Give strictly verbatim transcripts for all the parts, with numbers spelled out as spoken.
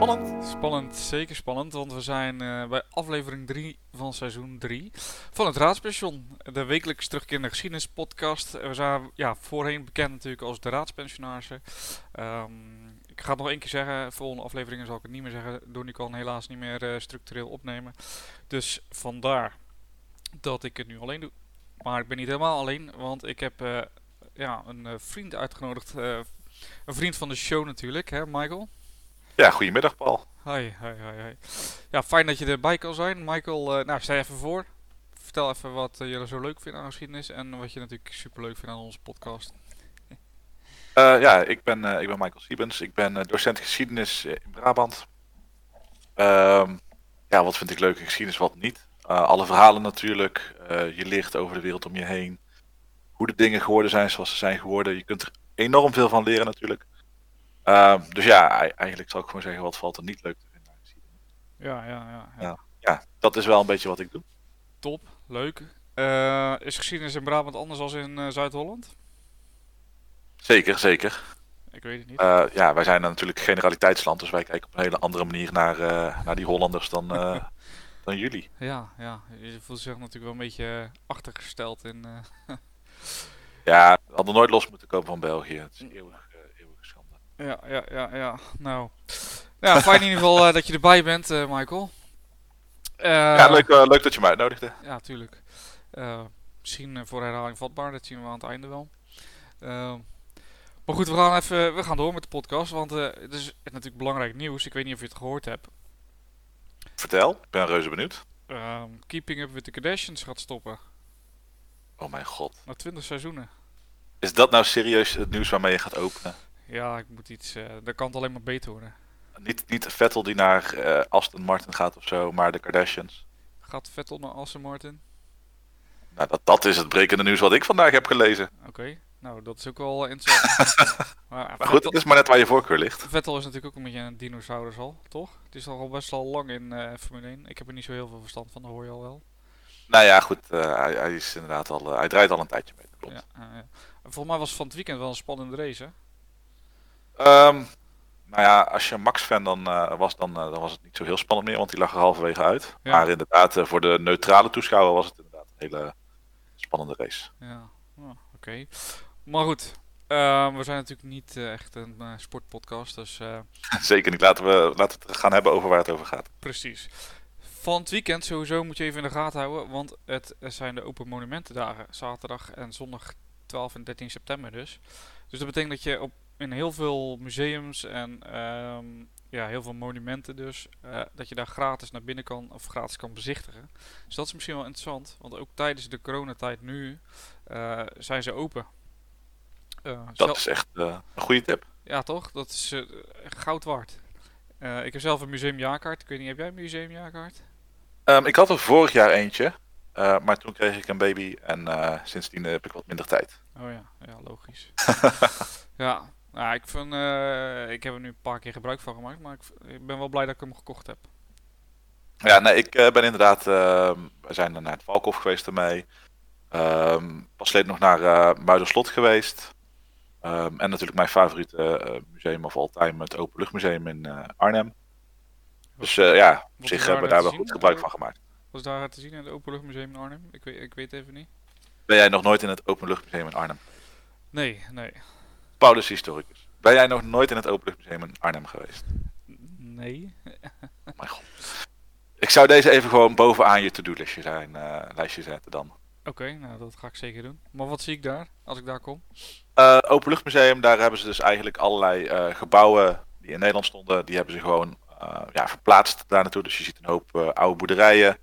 Spannend. Spannend, zeker spannend, want we zijn uh, bij aflevering drie van seizoen drie van het Raadspension, de wekelijks terugkerende geschiedenispodcast. We zijn ja, voorheen bekend natuurlijk als de Raadspensionarissen. Um, ik ga het nog één keer zeggen, volgende afleveringen zal ik het niet meer zeggen, Donnie kan helaas niet meer uh, structureel opnemen. Dus vandaar dat ik het nu alleen doe. Maar ik ben niet helemaal alleen, want ik heb uh, ja, een uh, vriend uitgenodigd, uh, een vriend van de show natuurlijk, hè Michael? Ja, goedemiddag Paul. Hoi, hoi, hoi, hoi. Ja, fijn dat je erbij kan zijn. Michael, uh, nou, stel je even voor. Vertel even wat uh, jullie zo leuk vinden aan geschiedenis en wat je natuurlijk super leuk vindt aan onze podcast. Uh, ja, ik ben, uh, ik ben Michael Siebens. Ik ben uh, docent geschiedenis in Brabant. Uh, ja, wat vind ik leuke geschiedenis, wat niet. Uh, alle verhalen natuurlijk. Uh, je leert over de wereld om je heen. Hoe de dingen geworden zijn zoals ze zijn geworden. Je kunt er enorm veel van leren natuurlijk. Uh, dus ja, eigenlijk zal ik gewoon zeggen, wat valt er niet leuk te vinden aan geschiedenis. Ja, ja, ja. Ja, ja, ja dat is wel een beetje wat ik doe. Top, leuk. Uh, is geschiedenis in Brabant anders dan in uh, Zuid-Holland? Zeker, zeker. Ik weet het niet. Uh, ja, wij zijn natuurlijk generaliteitsland, dus wij kijken op een hele andere manier naar, uh, naar die Hollanders dan, uh, dan jullie. Ja, ja, je voelt zich natuurlijk wel een beetje achtergesteld in... Uh... ja, we hadden nooit los moeten komen van België. Het is een eeuwig, uh, eeuwige schande. Ja, ja, ja, ja. Nou, ja, fijn in ieder geval uh, dat je erbij bent, uh, Michael. Uh, ja, leuk, uh, leuk dat je me uitnodigde. Ja, tuurlijk. Uh, misschien uh, voor herhaling vatbaar, dat zien we aan het einde wel. Uh, maar goed, we gaan even we gaan door met de podcast, want uh, het is natuurlijk belangrijk nieuws. Ik weet niet of je het gehoord hebt. Vertel, ik ben reuze benieuwd. Uh, Keeping Up With The Kardashians gaat stoppen. Oh mijn god. Na twintig seizoenen. Is dat nou serieus het nieuws waarmee je gaat openen? Ja, ik moet iets... Uh, dat kan het alleen maar beter worden. Niet, niet Vettel die naar uh, Aston Martin gaat of zo, maar de Kardashians. Gaat Vettel naar Aston Martin? Nou, dat, dat is het brekende nieuws wat ik vandaag heb gelezen. Oké, okay. Nou, dat is ook wel interessant. maar, maar Vettel, goed, het is maar net waar je voorkeur ligt. Vettel is natuurlijk ook een beetje een dinosaurus al, toch? Het is al best al lang in uh, Formule één. Ik heb er niet zo heel veel verstand van, dat hoor je al wel. Nou ja, goed, uh, hij, hij is inderdaad al, uh, hij draait al een tijdje mee, dat klopt. Ja, uh, ja. Volgens mij was het van het weekend wel een spannende race, hè? Um, nou ja, als je Max-fan dan uh, was, dan, uh, dan was het niet zo heel spannend meer, want die lag er halverwege uit. Ja. Maar inderdaad, uh, voor de neutrale toeschouwer was het inderdaad een hele spannende race. Ja, oh, oké. Okay. Maar goed, uh, we zijn natuurlijk niet uh, echt een uh, sportpodcast, dus... Uh... Zeker niet, laten we, laten we het gaan hebben over waar het over gaat. Precies. Van het weekend sowieso moet je even in de gaten houden, want het zijn de Open Monumentendagen, zaterdag en zondag twaalf en dertien september dus. Dus dat betekent dat je op, in heel veel museums en um, ja, heel veel monumenten dus, uh, dat je daar gratis naar binnen kan of gratis kan bezichtigen. Dus dat is misschien wel interessant, want ook tijdens de coronatijd nu uh, zijn ze open. Uh, dat zelf... is echt uh, een goede tip. Ja toch, dat is uh, goud waard. Uh, ik heb zelf een museumjaarkaart, ik weet niet, heb jij een museumjaarkaart? Um, ik had er vorig jaar eentje, uh, maar toen kreeg ik een baby en uh, sindsdien heb ik wat minder tijd. Oh ja, ja logisch. ja, nou, ik, vind, uh, ik heb er nu een paar keer gebruik van gemaakt, maar ik, ik ben wel blij dat ik hem gekocht heb. Ja, nee, ik uh, ben inderdaad, uh, we zijn naar het Valkhof geweest ermee. Um, pas geleden nog naar uh, Muiderslot geweest. Um, en natuurlijk mijn favoriete uh, museum of all time, het Openluchtmuseum in uh, Arnhem. Dus uh, ja, op zich hebben we daar wel goed gebruik van gemaakt. Was daar te zien in het Openluchtmuseum in Arnhem? Ik weet, ik weet even niet. Ben jij nog nooit in het Openluchtmuseum in Arnhem? Nee, nee. Paulus historicus. Ben jij nog nooit in het Openluchtmuseum in Arnhem geweest? Nee. Oh mijn god. Ik zou deze even gewoon bovenaan je to-do-lijstje zijn, uh, lijstje zetten dan. Oké, okay, nou dat ga ik zeker doen. Maar wat zie ik daar, als ik daar kom? Uh, Openluchtmuseum, daar hebben ze dus eigenlijk allerlei uh, gebouwen die in Nederland stonden, die hebben ze gewoon uh, ja, verplaatst daar naartoe. Dus je ziet een hoop uh, oude boerderijen.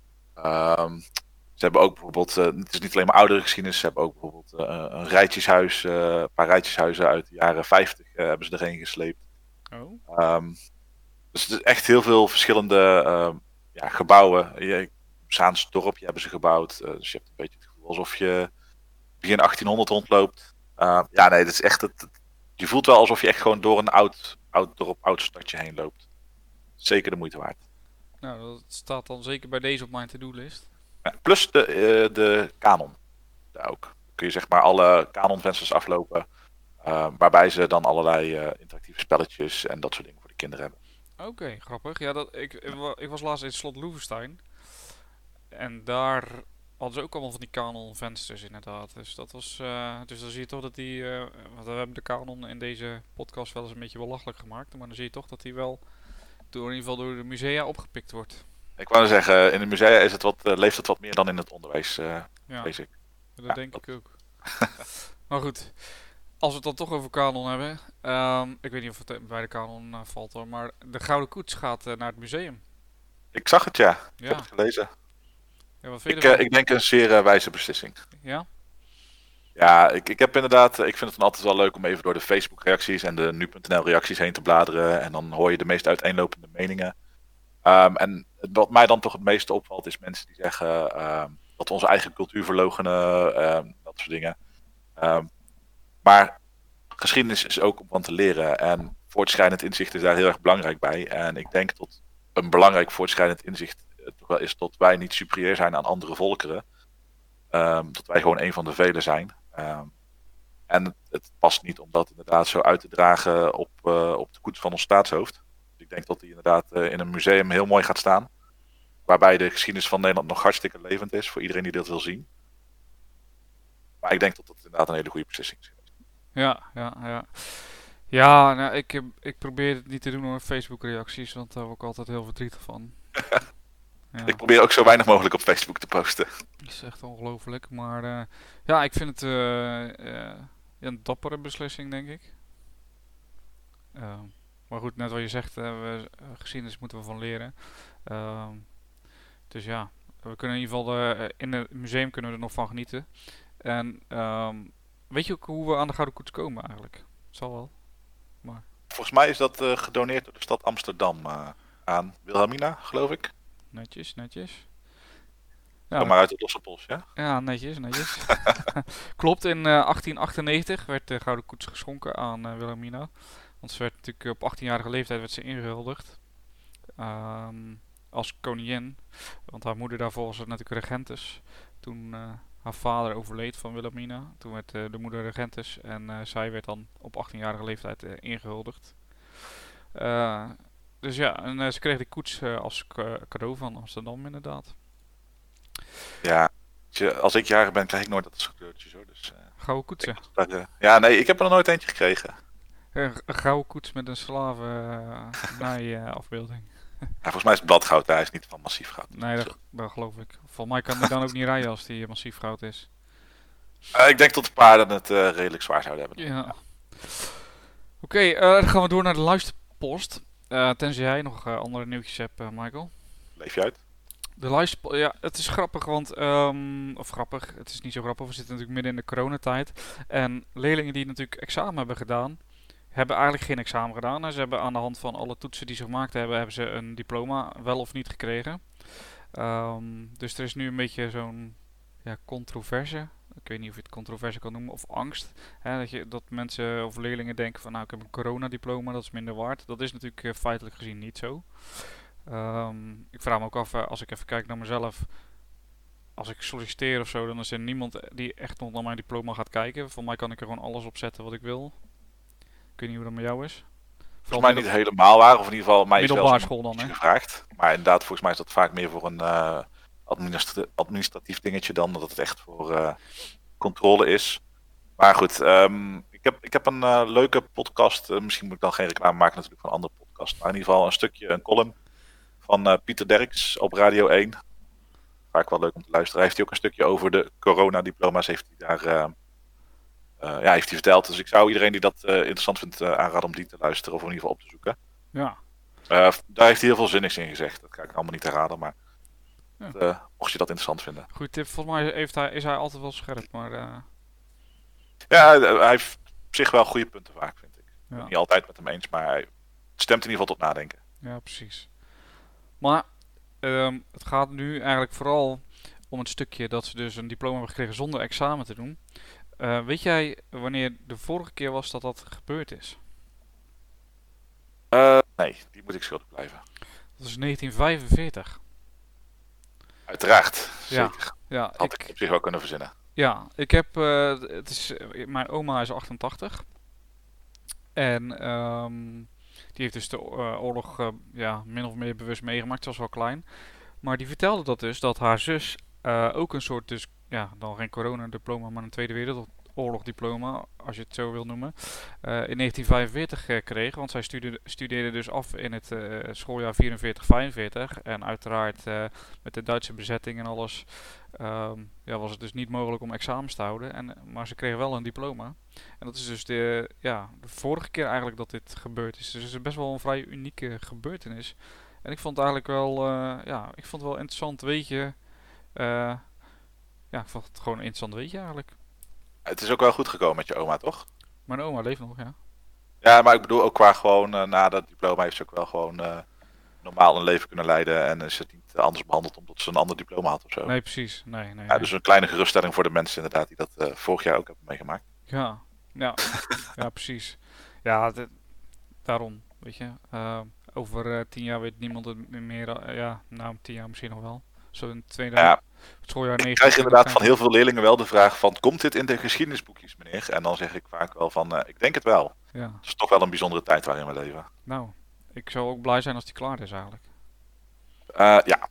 Um, ze hebben ook bijvoorbeeld, uh, het is niet alleen maar oudere geschiedenis, ze hebben ook bijvoorbeeld uh, een rijtjeshuis, uh, een paar rijtjeshuizen uit de jaren vijftig uh, hebben ze erheen gesleept. Oh. Um, dus het is echt heel veel verschillende uh, ja, gebouwen. Je, Zaans dorpje hebben ze gebouwd, uh, dus je hebt een beetje het gevoel alsof je begin achttienhonderd rondloopt. Uh, ja, nee, dat is echt het, je voelt wel alsof je echt gewoon door een oud, oud dorp, oud stadje heen loopt. Zeker de moeite waard. Nou, dat staat dan zeker bij deze op mijn to-do-list. Ja, plus de, uh, de kanon. Daar ook. Dan kun je zeg maar alle kanonvensters aflopen. Uh, waarbij ze dan allerlei uh, interactieve spelletjes en dat soort dingen voor de kinderen hebben. Oké, okay, grappig. Ja, dat, ik, ik wa- ik was laatst in Slot Loevestein. En daar hadden ze ook allemaal van die Canon vensters inderdaad. Dus dat was, eh, dus dan zie je toch dat die, eh, want we hebben de Canon in deze podcast wel eens een beetje belachelijk gemaakt. Maar dan zie je toch dat die wel door, in ieder geval door de musea opgepikt wordt. Ik wou zeggen, in de musea is het wat, uh, leeft het wat meer dan in het onderwijs, uh, Ja, lees ik. dat Ja, denk dat... ik ook. Maar goed, als we het dan toch over Canon hebben. Um, ik weet niet of het bij de Canon uh, valt hoor, maar de Gouden Koets gaat uh, naar het museum. Ik zag het, ja. Ik Ja. heb het gelezen. Ja, wat vind ik, je ervan? uh, ik denk een zeer uh, wijze beslissing. Ja? Ja, ik, ik heb inderdaad, ik vind het dan altijd wel leuk om even door de Facebook reacties en de nu punt n l reacties heen te bladeren. En dan hoor je de meest uiteenlopende meningen. Um, en wat mij dan toch het meeste opvalt is mensen die zeggen um, dat we onze eigen cultuur verloochenen, um, dat soort dingen. Um, maar geschiedenis is ook om van te leren en voortschrijdend inzicht is daar heel erg belangrijk bij. En ik denk dat een belangrijk voortschrijdend inzicht toch wel is dat wij niet superieur zijn aan andere volkeren. Um, dat wij gewoon een van de velen zijn. Um, en het, het past niet om dat inderdaad zo uit te dragen op, uh, op de koets van ons staatshoofd. Dus ik denk dat die inderdaad uh, in een museum heel mooi gaat staan. Waarbij de geschiedenis van Nederland nog hartstikke levend is voor iedereen die dat wil zien. Maar ik denk dat dat inderdaad een hele goede beslissing is. Ja, ja, ja. Ja, nou, ik, ik probeer het niet te doen door Facebook reacties, want daar word ik altijd heel verdrietig van. Ja. Ik probeer ook zo weinig mogelijk op Facebook te posten. Dat is echt ongelooflijk, maar uh, ja, ik vind het uh, uh, een dappere beslissing, denk ik. Uh, maar goed, net wat je zegt, uh, we, uh, geschiedenis moeten we van leren. Uh, dus ja, we kunnen in ieder geval uh, in het museum kunnen we er nog van genieten. En um, weet je ook hoe we aan de Gouden Koets komen eigenlijk? Het zal wel. Maar... Volgens mij is dat uh, gedoneerd door de stad Amsterdam uh, aan Wilhelmina, geloof ik. Netjes, netjes. Ja, maar uit het losse pols, ja? Ja, netjes, netjes. Klopt, in uh, achttien achtennegentig werd de Gouden Koets geschonken aan uh, Wilhelmina. Want ze werd natuurlijk op achttienjarige leeftijd werd ze ingehuldigd. Um, als koningin. Want haar moeder daarvoor was natuurlijk regentes. Toen uh, haar vader overleed van Wilhelmina. Toen werd uh, de moeder regentes. En uh, zij werd dan op achttienjarige leeftijd uh, ingehuldigd. Uh, dus ja, en uh, ze kreeg die koets uh, als cadeau van Amsterdam inderdaad. Ja, als ik jarig ben krijg ik nooit dat soort kleurtjes hoor. Dus, uh, gouden koetsen. Dat, uh, ja, nee, ik heb er nog nooit eentje gekregen. Een, een gouden koets met een slaven-afbeelding. Uh, ja, volgens mij is het bladgoud, hij is niet van massief goud. Nee, dat, dat geloof ik. Volgens mij kan hij dan ook niet rijden als die massief goud is. Uh, ik denk dat de paarden het uh, redelijk zwaar zouden hebben. Ja. ja. Oké, okay, uh, dan gaan we door naar de luisterpost. Uh, tenzij jij nog uh, andere nieuwtjes hebt, uh, Michael. Leef je uit? De luisterpost, ja, het is grappig, want, um, of grappig, het is niet zo grappig, we zitten natuurlijk midden in de coronatijd. En leerlingen die natuurlijk examen hebben gedaan, hebben eigenlijk geen examen gedaan. En ze hebben aan de hand van alle toetsen die ze gemaakt hebben, hebben ze een diploma wel of niet gekregen. Um, dus er is nu een beetje zo'n ja, controverse. Ik weet niet of je het controverse kan noemen, of angst. Hè, dat, je, dat mensen of leerlingen denken van nou ik heb een coronadiploma, dat is minder waard. Dat is natuurlijk uh, feitelijk gezien niet zo. Um, ik vraag me ook af, uh, als ik even kijk naar mezelf, als ik solliciteer of zo, dan is er niemand die echt nog naar mijn diploma gaat kijken. Voor mij kan ik er gewoon alles op zetten wat ik wil. Ik weet niet hoe dat met jou is. Volgens mij niet helemaal waar, of in ieder geval mij is middelbare school dan, hè? Gevraagd. Maar inderdaad, volgens mij is dat vaak meer voor een uh, administra- administratief dingetje dan dat het echt voor uh, controle is. Maar goed, um, ik, heb, ik heb een uh, leuke podcast. Uh, misschien moet ik dan geen reclame maken natuurlijk van een andere podcast. Maar in ieder geval een stukje, een column van uh, Pieter Derks op Radio één. Vaak wel leuk om te luisteren. Hij heeft hij ook een stukje over de coronadiploma's. Heeft hij daar uh, uh, ja, heeft hij verteld. Dus ik zou iedereen die dat uh, interessant vindt uh, aanraden om die te luisteren of in ieder geval op te zoeken. Ja. Uh, daar heeft hij heel veel zinnigs in gezegd. Dat kan ik allemaal niet herhalen, maar ja. uh, mocht je dat interessant vinden. Goeie tip. Volgens mij heeft hij, is hij altijd wel scherp, maar... Uh... Ja, hij heeft op zich wel goede punten vaak, vind ik. Ja. Niet altijd met hem eens, maar hij stemt in ieder geval tot nadenken. Ja, precies. Maar um, het gaat nu eigenlijk vooral om het stukje dat ze dus een diploma hebben gekregen zonder examen te doen. Uh, weet jij wanneer de vorige keer was dat dat gebeurd is? Uh, nee, die moet ik schuldig blijven. Dat is negentien vijfenveertig. Uiteraard, ja. zeker. Ja, had ik, ik op zich wel kunnen verzinnen. Ja, ik heb, uh, het is, uh, mijn oma is achtentachtig. En um, Die heeft dus de uh, oorlog uh, ja, min of meer bewust meegemaakt. Ze was wel klein. Maar die vertelde dat dus, dat haar zus uh, ook een soort, dus ja, dan geen corona-diploma, maar een Tweede Wereldoorlog-diploma, als je het zo wil noemen, uh, in negentien vijfenveertig uh, kreeg. Want zij studeerde, studeerde dus af in het uh, schooljaar vierenveertig vijfenveertig. En uiteraard uh, met de Duitse bezetting en alles um, ja, was het dus niet mogelijk om examens te houden. En, maar ze kreeg wel een diploma. En dat is dus de, ja, de vorige keer eigenlijk dat dit gebeurd is. Dus het is best wel een vrij unieke gebeurtenis. En ik vond het eigenlijk wel, uh, ja, ik vond het wel interessant weetje. Uh, ja, ik vond het gewoon een interessant weetje eigenlijk. Het is ook wel goed gekomen met je oma, toch? Mijn oma leeft nog, ja. Ja, maar ik bedoel ook qua gewoon, uh, na dat diploma heeft ze ook wel gewoon uh, normaal een leven kunnen leiden. En is het niet anders behandeld omdat ze een ander diploma had of zo. Nee, precies. Nee, nee, ja, nee. Dus een kleine geruststelling voor de mensen inderdaad die dat uh, vorig jaar ook hebben meegemaakt. Ja, ja, ja precies. Ja, de, daarom, weet je. Uh, over uh, tien jaar weet niemand het meer. Uh, ja, nou, tien jaar misschien nog wel. Zo in tweede ja, schooljaar ik krijg inderdaad van heel veel leerlingen wel de vraag van, komt dit in de geschiedenisboekjes, meneer? En dan zeg ik vaak wel van, uh, ik denk het wel. Ja. Het is toch wel een bijzondere tijd waarin we leven. Nou, ik zou ook blij zijn als die klaar is eigenlijk. Uh, ja.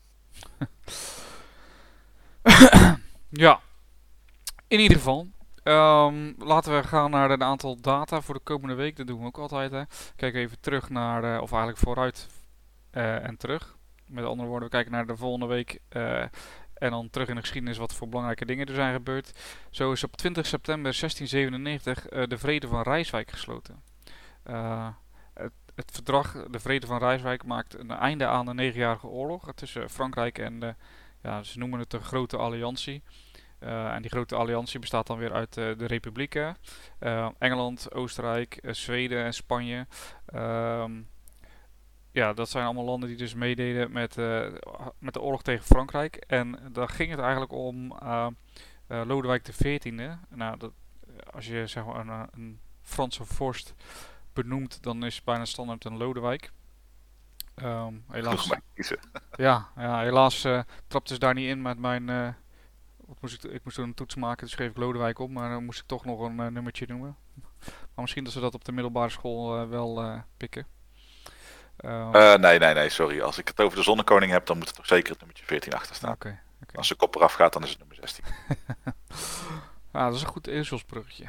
Ja. In ieder geval. Um, laten we gaan naar een aantal data voor de komende week. Dat doen we ook altijd. Hè. Kijken even terug naar, uh, of eigenlijk vooruit uh, en terug. Met andere woorden, we kijken naar de volgende week. Uh, en dan terug in de geschiedenis wat voor belangrijke dingen er zijn gebeurd. Zo is op twintig september zestien zevenennegentig uh, de Vrede van Rijswijk gesloten. Uh, het, het verdrag, de Vrede van Rijswijk, maakt een einde aan de negenjarige oorlog tussen Frankrijk en de, ja, ze noemen het de Grote Alliantie. Uh, en die grote alliantie bestaat dan weer uit uh, de republieken. Uh, Engeland, Oostenrijk, uh, Zweden en Spanje. Um, ja, dat zijn allemaal landen die dus meededen met, uh, met de oorlog tegen Frankrijk. En daar ging het eigenlijk om uh, uh, Lodewijk de veertiende. Nou, dat, als je zeg maar een, een Franse vorst benoemt, dan is bijna standaard een Lodewijk. Um, helaas, ja, ja, helaas uh, trapte ze daar niet in met mijn... Uh, Wat moest ik, ik moest toen een toets maken, dus schreef ik Lodewijk op, maar dan moest ik toch nog een uh, nummertje noemen. Maar misschien dat ze dat op de middelbare school uh, wel uh, pikken. Uh, uh, nee, nee, nee, sorry. Als ik het over de zonnekoning heb, dan moet er toch zeker het nummertje veertien achter staan. Okay, okay. Als de kop eraf gaat, dan is het nummer zestien. ah, dat is een goed ezelsbruggetje.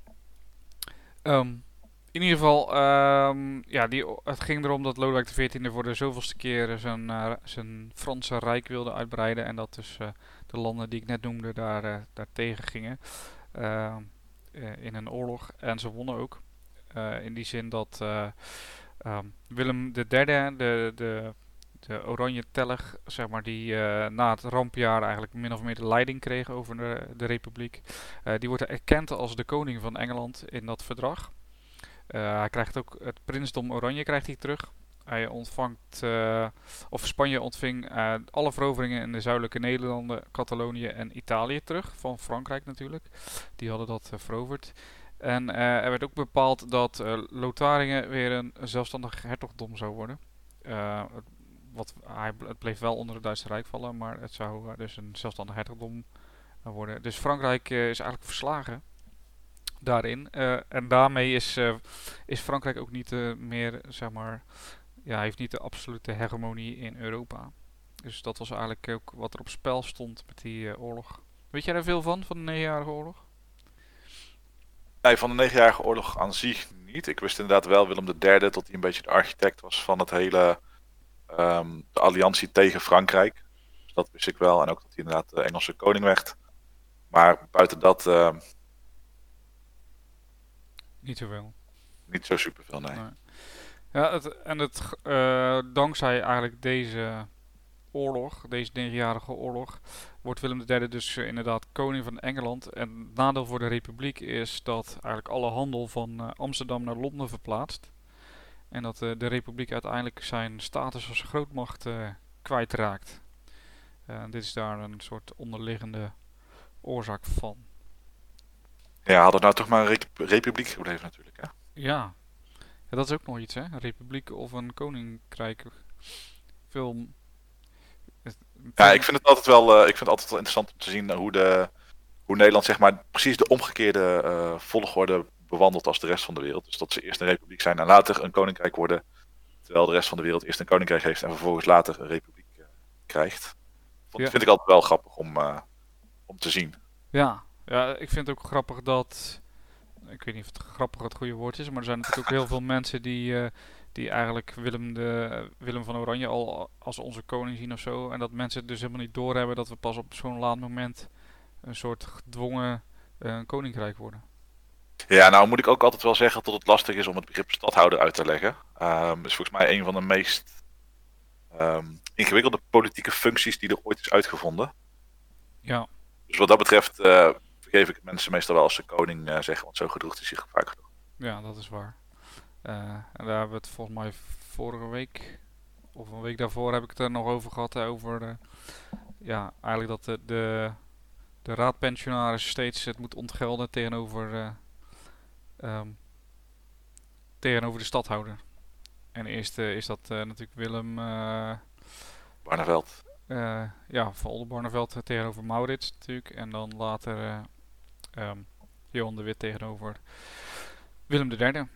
Um, in ieder geval, um, ja, die, het ging erom dat Lodewijk de veertiende voor de zoveelste keer zijn, uh, zijn Franse rijk wilde uitbreiden. En dat dus uh, de landen die ik net noemde daar, uh, daar tegen gingen uh, uh, in een oorlog. En ze wonnen ook. Uh, in die zin dat uh, um, Willem de derde, de, de, de oranje telg, zeg maar, die uh, na het rampjaar eigenlijk min of meer de leiding kreeg over de, de republiek. Uh, die wordt erkend als de koning van Engeland in dat verdrag. Uh, hij krijgt ook het prinsdom Oranje krijgt hij terug. Hij ontvangt, uh, of Spanje ontving uh, alle veroveringen in de zuidelijke Nederlanden, Catalonië en Italië terug. Van Frankrijk natuurlijk. Die hadden dat uh, veroverd. En uh, er werd ook bepaald dat uh, Lotharingen weer een zelfstandig hertogdom zou worden. Uh, wat, hij, het bleef wel onder het Duitse Rijk vallen, maar het zou uh, dus een zelfstandig hertogdom uh, worden. Dus Frankrijk uh, is eigenlijk verslagen daarin. Uh, en daarmee is, uh, is Frankrijk ook niet uh, meer, zeg maar, ja, heeft niet de absolute hegemonie in Europa. Dus dat was eigenlijk ook wat er op spel stond met die uh, oorlog. Weet jij daar veel van, van de negenjarige oorlog? Nee, van de negenjarige oorlog aan zich niet. Ik wist inderdaad wel Willem de derde, tot hij een beetje de architect was van het hele, um, de alliantie tegen Frankrijk. Dus dat wist ik wel. En ook dat hij inderdaad de Engelse koning werd. Maar buiten dat... Uh, Niet zoveel. Niet zo superveel, nee. nee. Ja, het, en het, uh, dankzij eigenlijk deze oorlog, deze negenjarige oorlog, wordt Willem de derde dus uh, inderdaad koning van Engeland. En het nadeel voor de republiek is dat eigenlijk alle handel van uh, Amsterdam naar Londen verplaatst. En dat uh, de republiek uiteindelijk zijn status als grootmacht uh, kwijtraakt. Uh, dit is daar een soort onderliggende oorzaak van. Ja, hadden nou toch maar een re- republiek gebleven natuurlijk, hè? Ja. Ja, dat is ook nog iets, hè? Een republiek of een koninkrijk. Veel... Ja, ik vind het altijd wel, uh, ik vind het altijd wel interessant om te zien hoe, de, hoe Nederland zeg maar precies de omgekeerde uh, volgorde bewandelt als de rest van de wereld. Dus dat ze eerst een republiek zijn en later een koninkrijk worden. terwijl de rest van de wereld eerst een koninkrijk heeft en vervolgens later een republiek uh, krijgt. Dat Ja. vind ik altijd wel grappig om, uh, om te zien. Ja. ja, ik vind het ook grappig dat... Ik weet niet of het grappig het goede woord is, maar er zijn natuurlijk ook heel veel mensen die, uh, die eigenlijk Willem, de, Willem van Oranje al als onze koning zien of zo. En dat mensen het dus helemaal niet doorhebben dat we pas op zo'n laat moment een soort gedwongen uh, koninkrijk worden. Ja, nou moet ik ook altijd wel zeggen dat het lastig is om het begrip stadhouder uit te leggen. Um, is volgens mij een van de meest um, ingewikkelde politieke functies die er ooit is uitgevonden. Ja. Dus wat dat betreft uh, vergeef ik het mensen meestal wel als ze koning uh, zeggen, want zo gedroegt hij zich vaak genoeg. Ja, dat is waar. Uh, en daar hebben we het volgens mij vorige week, of een week daarvoor heb ik het er nog over gehad, hè, over de, ja, eigenlijk dat de, de, de raadpensionaris steeds het moet ontgelden tegenover, uh, um, tegenover de stadhouder. En eerst uh, is dat uh, natuurlijk Willem... Uh, Barneveld. Uh, ja, van Oldenbarneveld tegenover Maurits natuurlijk. En dan later uh, um, Johan de Wit tegenover Willem de derde.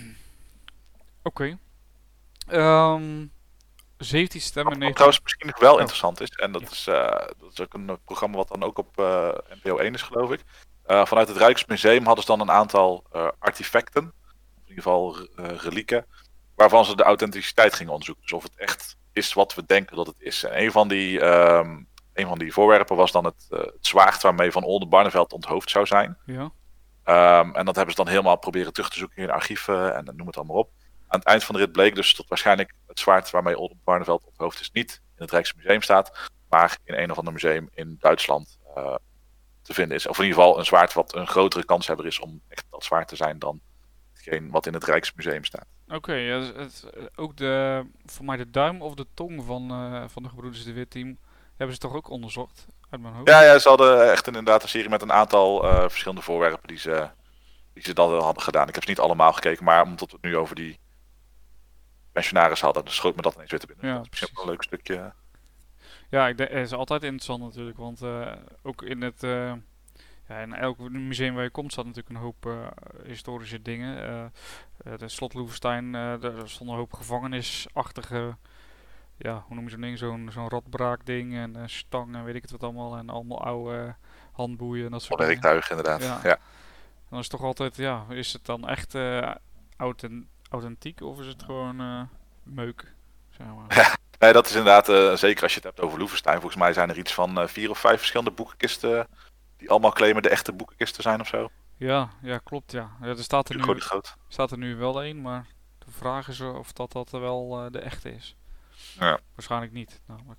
Oké. Okay. Um, zeventien stemmen. Wat trouwens misschien nog wel oh. interessant is. En dat, ja. is, uh, dat is ook een programma wat dan ook op uh, N P O één is, geloof ik. Uh, vanuit het Rijksmuseum hadden ze dan een aantal uh, artefacten. In ieder geval uh, relieken. Waarvan ze de authenticiteit gingen onderzoeken. Dus of het echt is wat we denken dat het is. En een van die, um, een van die voorwerpen was dan het, uh, het zwaard waarmee Van Oldenbarneveld onthoofd zou zijn. Ja. Um, en dat hebben ze dan helemaal proberen terug te zoeken in archieven en noem het allemaal op. Aan het eind van de rit bleek dus dat waarschijnlijk het zwaard waarmee Oldenbarneveld onthoofd is niet in het Rijksmuseum staat, maar in een of ander museum in Duitsland uh, te vinden is. Of in ieder geval een zwaard wat een grotere kanshebber is om echt dat zwaard te zijn dan hetgeen wat in het Rijksmuseum staat. Oké, okay, ja, het, het, ook de, voor mij de duim of de tong van, uh, van de gebroeders de Wit team hebben ze toch ook onderzocht uit mijn hoofd? Ja, ja, ze hadden echt inderdaad een serie met een aantal uh, verschillende voorwerpen die ze, die ze dan hadden gedaan. Ik heb ze niet allemaal gekeken, maar omdat we het nu over die pensionaris hadden, dus schoot me dat ineens weer te binnen. Ja, dat is misschien wel een leuk stukje. Ja, ik denk, het is altijd interessant natuurlijk, want uh, ook in het... Uh, Ja, in elk museum waar je komt staat natuurlijk een hoop uh, historische dingen. Uh, uh, de Slot Loevestein, uh, er stond een hoop gevangenisachtige, ja, hoe noem je zo'n ding, zo'n zo'n radbraakding en uh, stang en weet ik het wat allemaal. En allemaal oude uh, handboeien en dat soort dingen. Werktuig inderdaad, ja. ja. Dan is het toch altijd, ja, is het dan echt uh, authent- authentiek of is het gewoon uh, meuk, zeg maar. Ja, nee, dat is inderdaad, uh, zeker als je het hebt over Loevestein. Volgens mij zijn er iets van uh, vier of vijf verschillende boekenkisten die allemaal claimen de echte boekenkisten zijn of zo. Ja, ja, klopt, ja. ja er staat er, nu, groot. staat er nu wel een, maar de vraag is of dat, dat wel uh, de echte is. Ja. Waarschijnlijk niet, namelijk.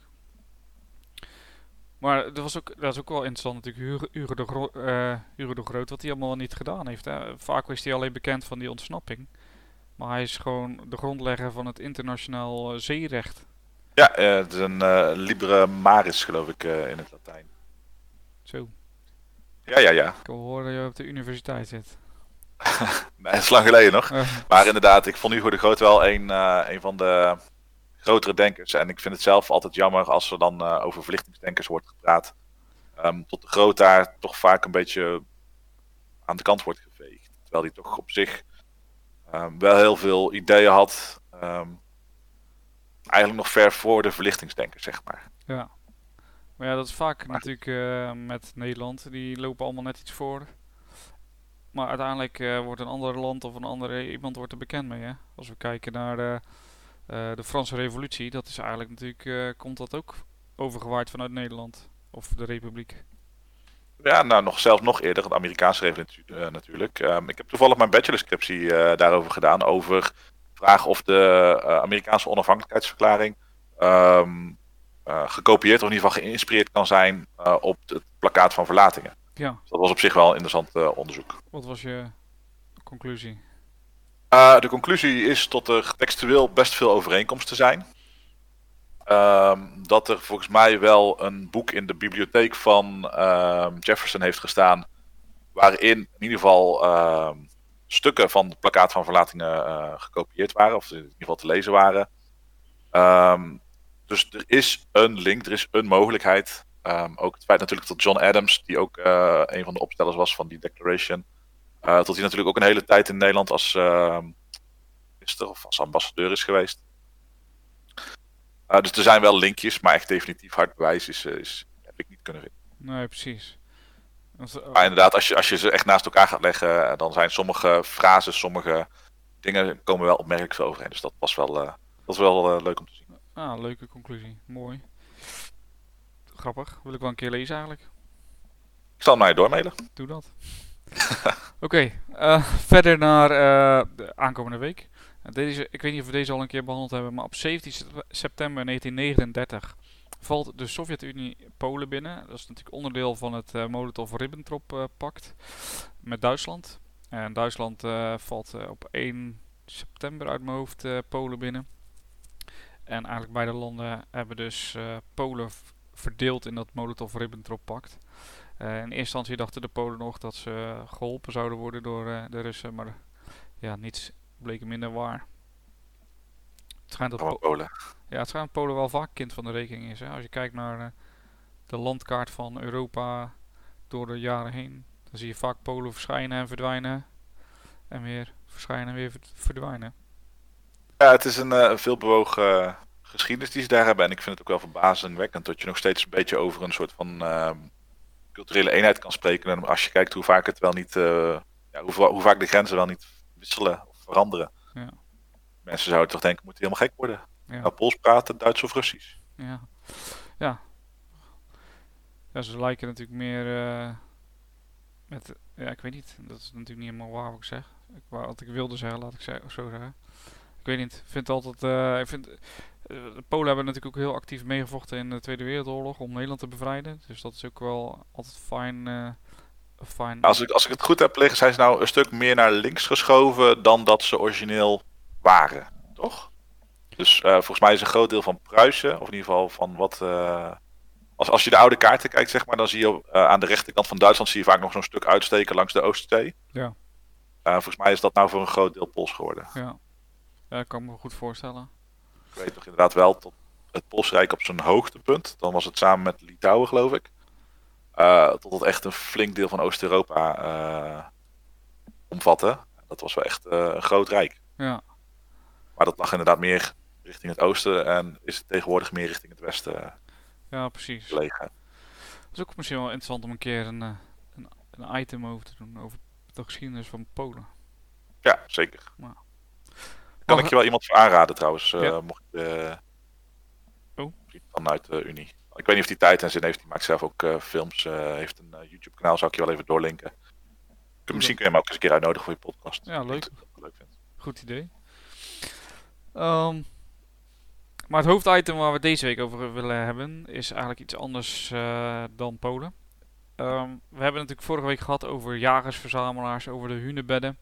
Maar dat, was ook, dat is ook wel interessant natuurlijk, Hugo de, Gro- uh, Hugo de Groot, wat hij allemaal niet gedaan heeft. Hè. Vaak is hij alleen bekend van die ontsnapping. Maar hij is gewoon de grondlegger van het internationaal uh, zeerecht. Ja, uh, het is een uh, Libre Maris, geloof ik, uh, in het Latijn. Zo. Ja, ja, ja. Ik wil horen dat je op de universiteit zit. Nee, dat is lang geleden nog. Uh. Maar inderdaad, ik vond Hugo de Groot wel een, uh, een van de grotere denkers. En ik vind het zelf altijd jammer als er dan uh, over verlichtingsdenkers wordt gepraat. Um, tot de Groot daar toch vaak een beetje aan de kant wordt geveegd. Terwijl hij toch op zich um, wel heel veel ideeën had. Um, eigenlijk nog ver voor de verlichtingsdenkers, zeg maar. Ja. Maar ja, dat is vaak maar natuurlijk uh, met Nederland. Die lopen allemaal net iets voor. Maar uiteindelijk uh, wordt een ander land of een andere iemand wordt er bekend mee. Hè? Als we kijken naar de, uh, de Franse Revolutie, dat is eigenlijk natuurlijk, uh, komt dat ook overgewaaid vanuit Nederland. Of de Republiek. Ja, nou nog, zelfs nog eerder, de Amerikaanse revolutie uh, natuurlijk. Um, ik heb toevallig mijn bachelorscriptie uh, daarover gedaan. Over vragen of de uh, Amerikaanse onafhankelijkheidsverklaring um, uh, gekopieerd of in ieder geval geïnspireerd kan zijn uh, op het plakkaat van verlatingen. Ja. Dus dat was op zich wel een interessant uh, onderzoek. Wat was je conclusie? Uh, de conclusie is dat er textueel best veel overeenkomsten zijn. Um, dat er volgens mij wel een boek in de bibliotheek van uh, Jefferson heeft gestaan, waarin in ieder geval uh, stukken van het plakkaat van verlatingen uh, gekopieerd waren, of in ieder geval te lezen waren. Um, dus er is een link, er is een mogelijkheid. Um, ook het feit natuurlijk dat John Adams, die ook uh, een van de opstellers was van die Declaration, uh, tot hij natuurlijk ook een hele tijd in Nederland als uh, minister of als ambassadeur is geweest. Uh, dus er zijn wel linkjes, maar echt definitief hard bewijs is, uh, is, heb ik niet kunnen vinden. Nee, precies. Want, uh, Maar inderdaad, als je, als je ze echt naast elkaar gaat leggen, dan zijn sommige frases, sommige dingen komen wel opmerkelijk veel overeen. Dus dat was wel, uh, dat was wel uh, leuk om te zien. Ah, leuke conclusie. Mooi. Grappig. Wil ik wel een keer lezen eigenlijk. Ik zal hem naar je doormailen. Doe dat. Oké, okay, uh, verder naar uh, de aankomende week. Deze, ik weet niet of we deze al een keer behandeld hebben, maar op zeventien september negentien negenendertig valt de Sovjet-Unie Polen binnen. Dat is natuurlijk onderdeel van het uh, Molotov-Ribbentrop-pact uh, met Duitsland. En Duitsland uh, valt uh, op één september uit mijn hoofd uh, Polen binnen. En eigenlijk beide landen hebben dus uh, Polen verdeeld in dat Molotov-Ribbentrop-pact. Uh, in eerste instantie dachten de Polen nog dat ze geholpen zouden worden door uh, de Russen, maar ja, niets bleek minder waar. Het schijnt dat Po- Polen. Ja, het schijnt dat Polen wel vaak kind van de rekening is. Hè? Als je kijkt naar uh, de landkaart van Europa door de jaren heen, dan zie je vaak Polen verschijnen en verdwijnen. En weer verschijnen en weer verdwijnen. Ja, het is een uh, veelbewogen uh, geschiedenis die ze daar hebben. En ik vind het ook wel verbazingwekkend dat je nog steeds een beetje over een soort van uh, culturele eenheid kan spreken. En als je kijkt hoe vaak het wel niet, uh, ja, hoe, hoe vaak de grenzen wel niet wisselen of veranderen. Ja. Mensen zouden toch denken, moeten helemaal gek worden. Ja. Nou, Pools praten, Duits of Russisch. Ja. Ja. Ja, ze lijken natuurlijk meer uh, met, ja, ik weet niet. Dat is natuurlijk niet helemaal waar wat ik zeg. Ik, wat ik wilde zeggen, laat ik zo zeggen. Ik weet niet. Ik vind altijd, uh, ik vind, uh, de Polen hebben natuurlijk ook heel actief meegevochten in de Tweede Wereldoorlog om Nederland te bevrijden. Dus dat is ook wel altijd fijn. Uh, fijn. Als ik, als ik het goed heb liggen, zijn ze nou een stuk meer naar links geschoven dan dat ze origineel waren, toch? Dus uh, volgens mij is een groot deel van Pruisen, of in ieder geval van wat... Uh, als, als je de oude kaarten kijkt, zeg maar, dan zie je uh, aan de rechterkant van Duitsland zie je vaak nog zo'n stuk uitsteken langs de Oostzee. Ja. Uh, volgens mij is dat nou voor een groot deel Pools geworden. Ja, ja, dat kan ik me goed voorstellen. Ik weet nog inderdaad wel, tot het Poolse Rijk op zijn hoogtepunt, dan was het samen met Litouwen, geloof ik. Uh, tot het echt een flink deel van Oost-Europa uh, omvatte. Dat was wel echt uh, een groot rijk. Ja. Maar dat lag inderdaad meer richting het oosten en is het tegenwoordig meer richting het westen. Ja, precies. Gelegen. Dat is ook misschien wel interessant om een keer een, een, een item over te doen, over de geschiedenis van Polen. Ja, zeker. Ja. Kan ik je wel iemand voor aanraden trouwens, uh, ja. mocht je uh, oh. vanuit de Unie. Ik weet niet of hij tijd en zin heeft, die maakt zelf ook uh, films, uh, heeft een uh, YouTube kanaal, zou ik je wel even doorlinken. Kun, misschien kun je hem ook eens een keer uitnodigen voor je podcast. Ja, leuk. Ik leuk vind. Goed idee. Um, maar het hoofditem waar we deze week over willen hebben is eigenlijk iets anders uh, dan Polen. Um, we hebben natuurlijk vorige week gehad over jagers-verzamelaars, over de hunebedden.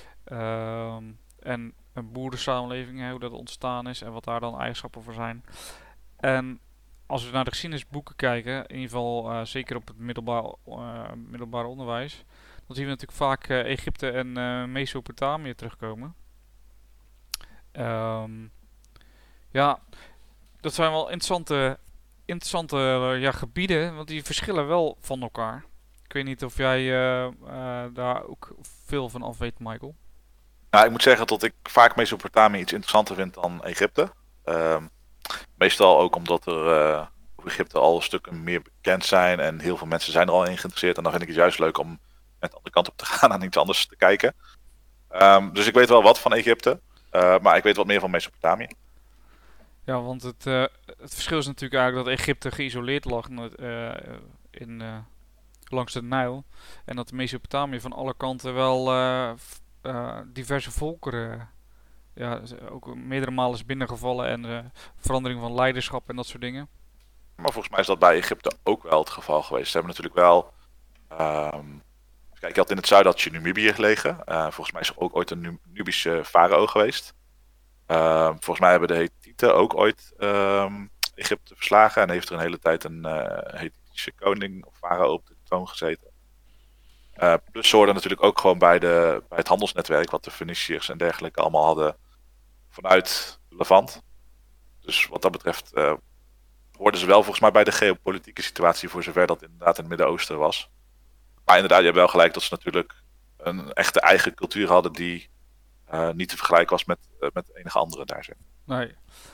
Um, en een boerensamenleving, hè, hoe dat ontstaan is en wat daar dan eigenschappen voor zijn. En als we naar de geschiedenisboeken kijken, in ieder geval uh, zeker op het middelbaar, uh, middelbare onderwijs, dan zien we natuurlijk vaak uh, Egypte en uh, Mesopotamië terugkomen. Um, ja, dat zijn wel interessante, interessante uh, ja, gebieden, want die verschillen wel van elkaar. Ik weet niet of jij uh, uh, daar ook veel van af weet, Michael. Nou, ik moet zeggen dat ik vaak Mesopotamië iets interessanter vind dan Egypte. Uh, meestal ook omdat er uh, op Egypte al stukken meer bekend zijn en heel veel mensen zijn er al in geïnteresseerd. En dan vind ik het juist leuk om met de andere kant op te gaan en iets anders te kijken. Um, dus ik weet wel wat van Egypte, uh, maar ik weet wat meer van Mesopotamië. Ja, want het, uh, het verschil is natuurlijk eigenlijk dat Egypte geïsoleerd lag uh, in, uh, langs de Nijl. En dat Mesopotamië van alle kanten wel uh, uh, diverse volkeren ja, ook meerdere malen is binnengevallen. En uh, verandering van leiderschap en dat soort dingen. Maar volgens mij is dat bij Egypte ook wel het geval geweest. Ze hebben natuurlijk wel... Um, kijk, je had in het zuiden had je Numidië gelegen. Uh, volgens mij is er ook ooit een Nubische farao geweest. Uh, volgens mij hebben de Hethieten ook ooit um, Egypte verslagen. En heeft er een hele tijd een uh, Hethitische koning of farao op de troon gezeten. Uh, plus ze hoorden natuurlijk ook gewoon bij, de, bij het handelsnetwerk wat de Feniciërs en dergelijke allemaal hadden vanuit Levant. Dus wat dat betreft uh, hoorden ze wel volgens mij bij de geopolitieke situatie voor zover dat inderdaad in het Midden-Oosten was. Maar inderdaad, je hebt wel gelijk dat ze natuurlijk een echte eigen cultuur hadden die uh, niet te vergelijken was met, uh, met enige andere daar zijn. Nee.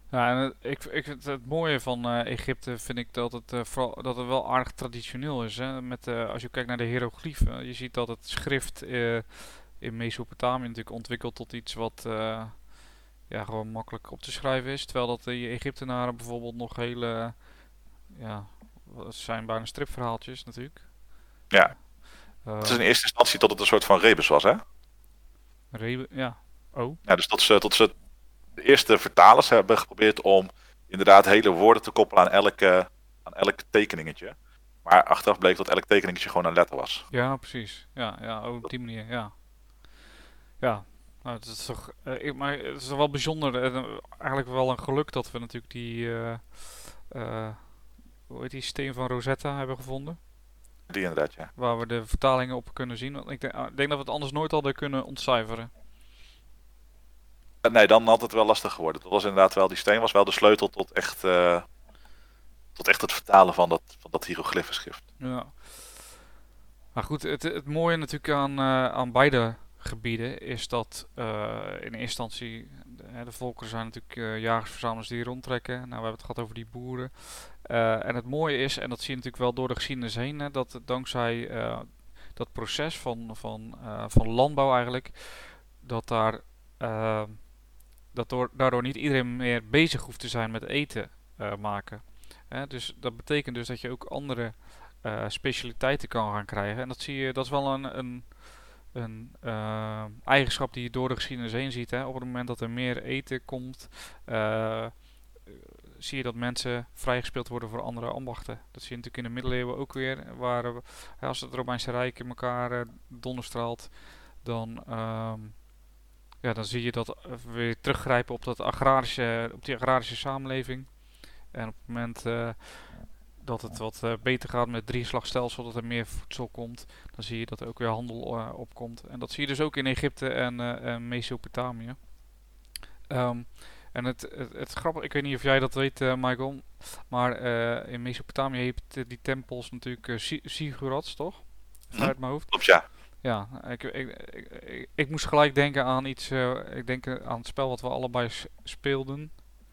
Ja, en het- ik, ik vind het mooie van eh, Egypte vind ik dat het, eh, vooral, dat het wel aardig traditioneel is. Hè? Met, eh, als je kijkt naar de hiërogliefen, je ziet dat het schrift eh, in Mesopotamië natuurlijk ontwikkeld tot iets wat eh, ja, gewoon makkelijk op te schrijven is. Terwijl dat de Egyptenaren bijvoorbeeld nog hele, ja, het zijn bijna stripverhaaltjes natuurlijk. Ja, het is Ehm in eerste instantie tot het een soort van rebus was, hè? Rebe- ja, oh, Ja, dus tot ze, tot ze de eerste vertalers hebben geprobeerd om inderdaad hele woorden te koppelen aan elke, aan elk tekeningetje. Maar achteraf bleek dat elk tekeningetje gewoon een letter was. ja, precies. Ja, ja, oh, op die manier, ja. Ja, nou, het is toch, eh, ik, maar het is toch wel bijzonder. eh, eigenlijk wel een geluk dat we natuurlijk die, eh, eh, hoe heet die, steen van Rosetta hebben gevonden. Die inderdaad, ja. Waar we de vertalingen op kunnen zien. Want ik denk, ah, ik denk dat we het anders nooit hadden kunnen ontcijferen. Eh, Nee, dan had het wel lastig geworden. Dat was inderdaad wel, die steen was wel de sleutel tot echt, eh, tot echt het vertalen van dat, van dat hieroglyphenschrift. Ja. Maar goed, het, het mooie natuurlijk aan, eh, aan beide gebieden is dat eh, in eerste instantie de, hè, de volkeren zijn natuurlijk uh, jagers-verzamelaars die rondtrekken. Nou, we hebben het gehad over die boeren. Uh, en het mooie is, en dat zie je natuurlijk wel door de geschiedenis heen, hè, dat dankzij uh, dat proces van, van, uh, van landbouw eigenlijk, dat daar uh, dat door, daardoor niet iedereen meer bezig hoeft te zijn met eten uh, maken. Hè, dus dat betekent dus dat je ook andere uh, specialiteiten kan gaan krijgen. En dat zie je, dat is wel een, een, een uh, eigenschap die je door de geschiedenis heen ziet. Hè. Op het moment dat er meer eten komt, uh, zie je dat mensen vrijgespeeld worden voor andere ambachten. Dat zie je natuurlijk in de middeleeuwen ook weer. Waar, uh, als het Romeinse Rijk in elkaar uh, donderstraalt, dan... Uh, ja, dan zie je dat we weer teruggrijpen op, dat agrarische, op die agrarische samenleving. En op het moment uh, dat het wat uh, beter gaat met het drieslagstelsel, dat er meer voedsel komt, dan zie je dat er ook weer handel uh, opkomt. En dat zie je dus ook in Egypte en, uh, en Mesopotamië. Um, en het, het, het grappige, ik weet niet of jij dat weet, uh, Michael, maar uh, in Mesopotamië heeft uh, die tempels natuurlijk uh, ziggurats, toch? Hm? Uit mijn hoofd. Klopt, ja. Ja, ik, ik, ik, ik, ik moest gelijk denken aan iets. Uh, ik denk aan het spel wat we allebei speelden.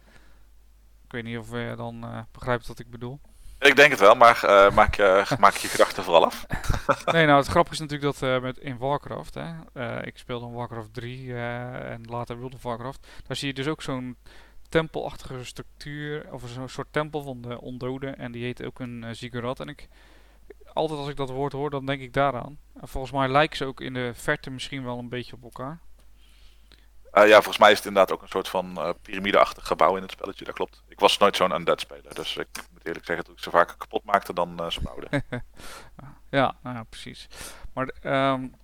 Ik weet niet of je dan uh, begrijpt wat ik bedoel. Ik denk het wel, maar uh, maak, uh, maak je gedachten vooral af. Nee, nou het grappige is natuurlijk dat uh, met in Warcraft, hè, uh, ik speelde in Warcraft drie uh, en later World of Warcraft. Daar zie je dus ook zo'n tempelachtige structuur, of zo'n soort tempel van de ondoden. En die heet ook een uh, ziggurat. En ik, altijd als ik dat woord hoor, dan denk ik daaraan. En volgens mij lijken ze ook in de verte misschien wel een beetje op elkaar. Uh, ja, volgens mij is het inderdaad ook een soort van uh, piramideachtig gebouw in het spelletje, dat klopt. Ik was nooit zo'n undead speler, dus ik moet eerlijk zeggen dat ik ze vaker kapot maakte dan uh, ze bouwde. ja, nou ja, precies. Maar um,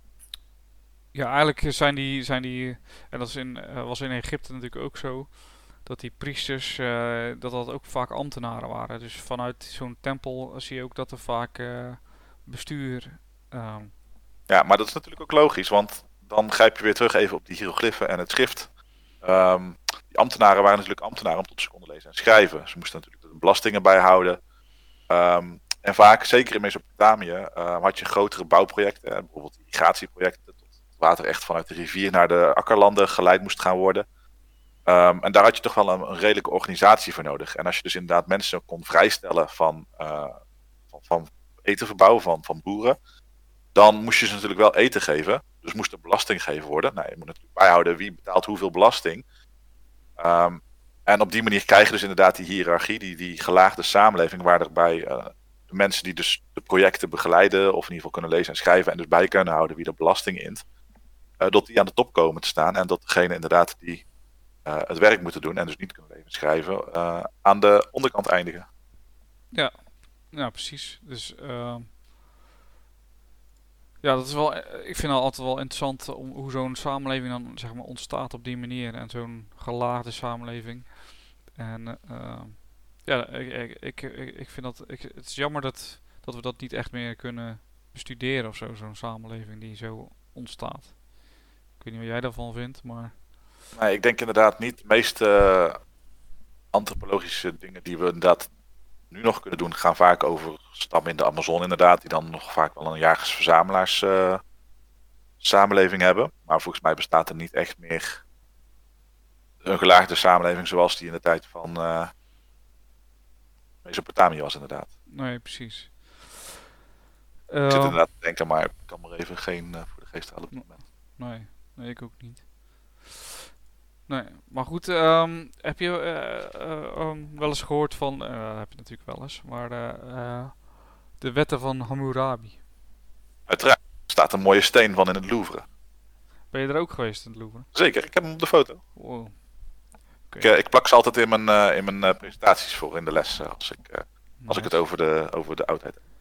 ja, eigenlijk zijn die, zijn die en dat is in, uh, was in Egypte natuurlijk ook zo, dat die priesters, uh, dat dat ook vaak ambtenaren waren. Dus vanuit zo'n tempel zie je ook dat er vaak uh, bestuur... Um, ja, maar dat is natuurlijk ook logisch, want dan grijp je weer terug even op die hieroglyphen en het schrift. Um, die ambtenaren waren natuurlijk ambtenaren om tot ze konden lezen en schrijven. Ze moesten natuurlijk de belastingen bijhouden. Um, en vaak, zeker in Mesopotamië, uh, had je grotere bouwprojecten. Bijvoorbeeld irrigatieprojecten. Tot het water echt vanuit de rivier naar de akkerlanden geleid moest gaan worden. Um, en daar had je toch wel een, een redelijke organisatie voor nodig. En als je dus inderdaad mensen kon vrijstellen van, uh, van, van eten verbouwen, van, van boeren, dan moest je ze natuurlijk wel eten geven. Dus moest er belasting gegeven worden. Nou, je moet natuurlijk bijhouden wie betaalt hoeveel belasting. Um, en op die manier krijg je dus inderdaad die hiërarchie, die, die gelaagde samenleving, waarbij uh, de mensen die dus de projecten begeleiden, of in ieder geval kunnen lezen en schrijven en dus bij kunnen houden wie de belasting int, uh, dat die aan de top komen te staan en dat degene inderdaad die uh, het werk moeten doen en dus niet kunnen leven en schrijven, uh, aan de onderkant eindigen. Ja, ja precies. Dus... Uh... Ja, dat is wel. Ik vind het altijd wel interessant om hoe zo'n samenleving dan zeg maar ontstaat op die manier en zo'n gelaagde samenleving. En uh, ja, ik, ik, ik, ik vind dat. Ik, het is jammer dat, dat we dat niet echt meer kunnen bestuderen of zo, zo'n samenleving die zo ontstaat. Ik weet niet wat jij daarvan vindt, maar. Nee, ik denk inderdaad niet. De meeste uh, antropologische dingen die we inderdaad nu nog kunnen doen, gaan vaak over stammen in de Amazon inderdaad, die dan nog vaak wel een jagers-verzamelaars uh, samenleving hebben. Maar volgens mij bestaat er niet echt meer een gelaagde samenleving zoals die in de tijd van uh, Mesopotamië was inderdaad. Nee, precies. Uh, ik zit inderdaad te denken, maar ik kan maar even geen uh, voor de geest halen op dit moment. Nee, nee, ik ook niet. Nee, maar goed, um, heb je uh, uh, um, wel eens gehoord van, uh, heb je natuurlijk wel eens, maar uh, uh, de wetten van Hammurabi? Uiteraard, er staat een mooie steen van in het Louvre. Ben je er ook geweest in het Louvre? Zeker, ik heb hem op de foto. Wow. Okay. Ik, uh, ik plak ze altijd in mijn, uh, in mijn uh, presentaties voor in de les, uh, als, ik, uh, als nice. ik het over de, over de oudheid heb.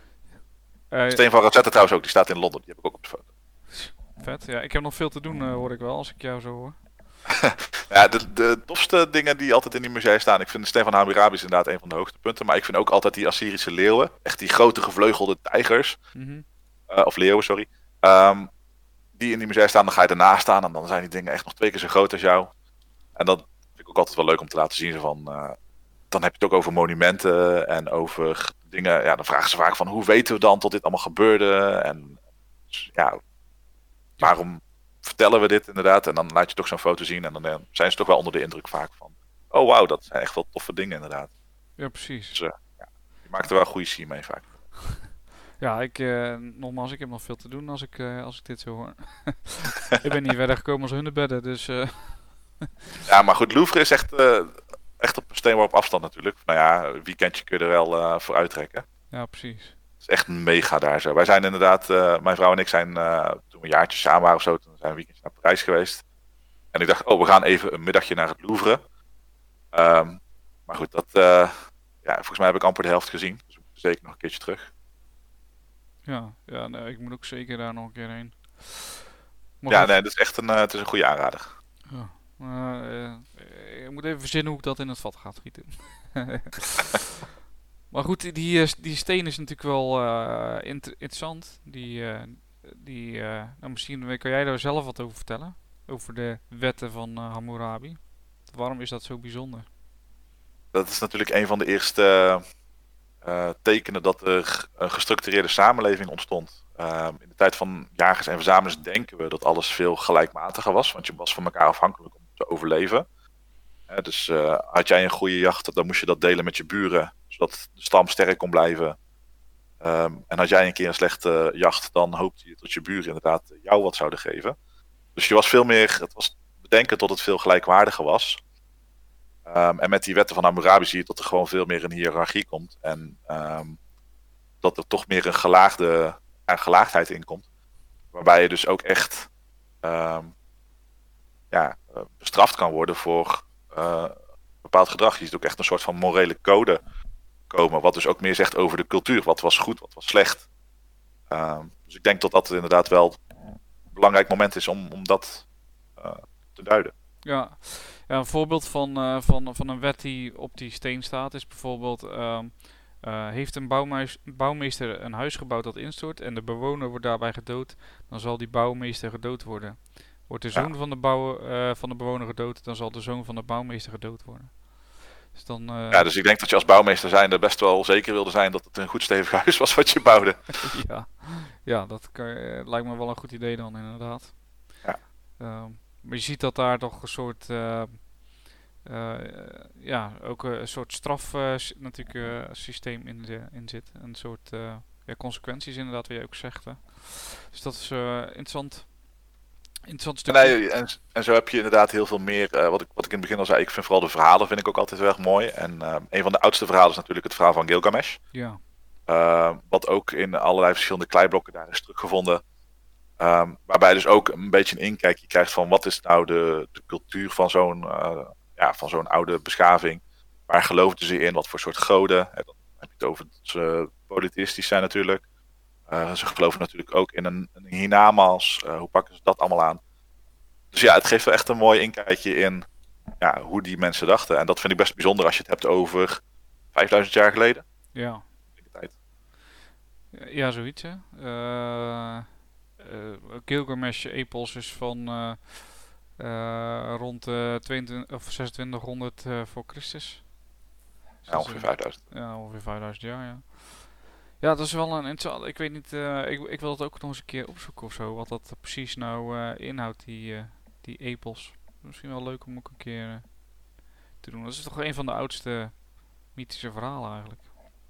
Uh, steen van Rosetta trouwens ook, die staat in Londen, die heb ik ook op de foto. Vet, ja, ik heb nog veel te doen, uh, hoor ik wel, als ik jou zo hoor. Ja, de, de tofste dingen die altijd in die musea staan. Ik vind de steen van Hammurabi is inderdaad een van de hoogtepunten. Maar ik vind ook altijd die Assyrische leeuwen. Echt die grote gevleugelde tijgers. Mm-hmm. Uh, of leeuwen, sorry. Um, die in die musea staan, dan ga je ernaast staan. En dan zijn die dingen echt nog twee keer zo groot als jou. En dat vind ik ook altijd wel leuk om te laten zien. Van, uh, dan heb je het ook over monumenten en over dingen. Ja, dan vragen ze vaak van hoe weten we dan tot dit allemaal gebeurde. En ja, waarom vertellen we dit inderdaad? En dan laat je toch zo'n foto zien en dan uh, zijn ze toch wel onder de indruk vaak van, oh wauw, dat zijn echt wel toffe dingen inderdaad. Ja, precies. Dus uh, ja, je maakt er wel een goede scene mee vaak. Ja, ik, uh, nogmaals, ik heb nog veel te doen als ik, uh, als ik dit zo hoor. Ik ben niet verder gekomen als hunebedden, dus... Uh... Ja, maar goed, Louvre is echt, uh, echt op een steenworp afstand natuurlijk. Nou ja, een weekendje kun je er wel uh, voor uittrekken. Ja, precies. Het is echt mega daar zo. Wij zijn inderdaad, uh, mijn vrouw en ik zijn uh, toen we een jaartje samen waren of zo, toen zijn we een weekendje naar Parijs geweest. En ik dacht, oh, we gaan even een middagje naar het Louvre. Um, maar goed, dat, uh, ja, volgens mij heb ik amper de helft gezien. Dus we moeten zeker nog een keertje terug. Ja, ja nee, ik moet ook zeker daar nog een keer heen. Maar ja, nee, dat is echt een, uh, het is een goede aanrader. Ja. Uh, uh, ik moet even verzinnen hoe ik dat in het vat ga gieten. Maar goed, die, die steen is natuurlijk wel uh, inter- interessant. Die, uh, die, uh, nou misschien kan jij daar zelf wat over vertellen. Over de wetten van uh, Hammurabi. Waarom is dat zo bijzonder? Dat is natuurlijk een van de eerste uh, tekenen dat er een gestructureerde samenleving ontstond. Uh, in de tijd van jagers en verzamelaars denken we dat alles veel gelijkmatiger was. Want je was van elkaar afhankelijk om te overleven. Uh, dus uh, had jij een goede jacht, dan moest je dat delen met je buren. Zodat de stam sterk kon blijven. Um, en had jij een keer een slechte jacht, dan hoopte je dat je buren inderdaad jou wat zouden geven. Dus je was veel meer, het was bedenken tot het veel gelijkwaardiger was. Um, en met die wetten van Hammurabi zie je dat er gewoon veel meer een hiërarchie komt. En um, dat er toch meer een gelaagde, een gelaagdheid in komt. Waarbij je dus ook echt um, ja, bestraft kan worden voor uh, bepaald gedrag. Je ziet ook echt een soort van morele code komen. Wat dus ook meer zegt over de cultuur. Wat was goed, wat was slecht. Um, dus ik denk dat dat inderdaad wel een belangrijk moment is om, om dat uh, te duiden. Ja. Ja, een voorbeeld van, uh, van, van een wet die op die steen staat is bijvoorbeeld... Uh, uh, heeft een bouwmeis- bouwmeester een huis gebouwd dat instort en de bewoner wordt daarbij gedood, dan zal die bouwmeester gedood worden. Wordt de zoon ja. van, de bouw, uh, van de bewoner gedood, dan zal de zoon van de bouwmeester gedood worden. Dus dan, uh... Ja, dus ik denk dat je als bouwmeester zijnde best wel zeker wilde zijn dat het een goed stevig huis was wat je bouwde. ja. ja, dat kan, uh, lijkt me wel een goed idee dan inderdaad. Ja. Uh, maar je ziet dat daar toch een soort... Uh, Uh, ja, ook een soort straf uh, natuurlijk uh, systeem in, de, in zit. Een soort uh, ja, consequenties inderdaad, wat je ook zegt. Hè. Dus dat is uh, interessant. Interessant stukje. Nee, en, en zo heb je inderdaad heel veel meer. Uh, wat, ik, wat ik in het begin al zei, ik vind vooral de verhalen vind ik ook altijd heel erg mooi. En uh, een van de oudste verhalen is natuurlijk het verhaal van Gilgamesh. Ja. Uh, wat ook in allerlei verschillende kleiblokken daar is teruggevonden. Um, waarbij je dus ook een beetje een inkijkje krijgt van wat is nou de, de cultuur van zo'n... Uh, Ja, van zo'n oude beschaving. Waar geloofden ze in? Wat voor soort goden? En dan heb je het over dat ze polytheïstisch zijn natuurlijk. Uh, ze geloven natuurlijk ook in een, een hiernamaals. Uh, hoe pakken ze dat allemaal aan? Dus ja, het geeft wel echt een mooi inkijkje in ja, hoe die mensen dachten. En dat vind ik best bijzonder als je het hebt over vijfduizend jaar geleden. Ja. Tijd. Ja, zoiets hè. Uh, uh, Gilgamesh-epos is van... Uh, Uh, rond uh, tweeëntwintig of zesentwintighonderd uh, voor Christus. Dus ja, ongeveer vijfduizend. Ja, ongeveer vijfduizend jaar, ja. Ja, dat is wel een interessant. Ik weet niet, uh, ik, ik wil het ook nog eens een keer opzoeken of zo. Wat dat precies nou uh, inhoudt, die, uh, die epos. Misschien wel leuk om ook een keer uh, te doen. Dat is toch een van de oudste mythische verhalen eigenlijk.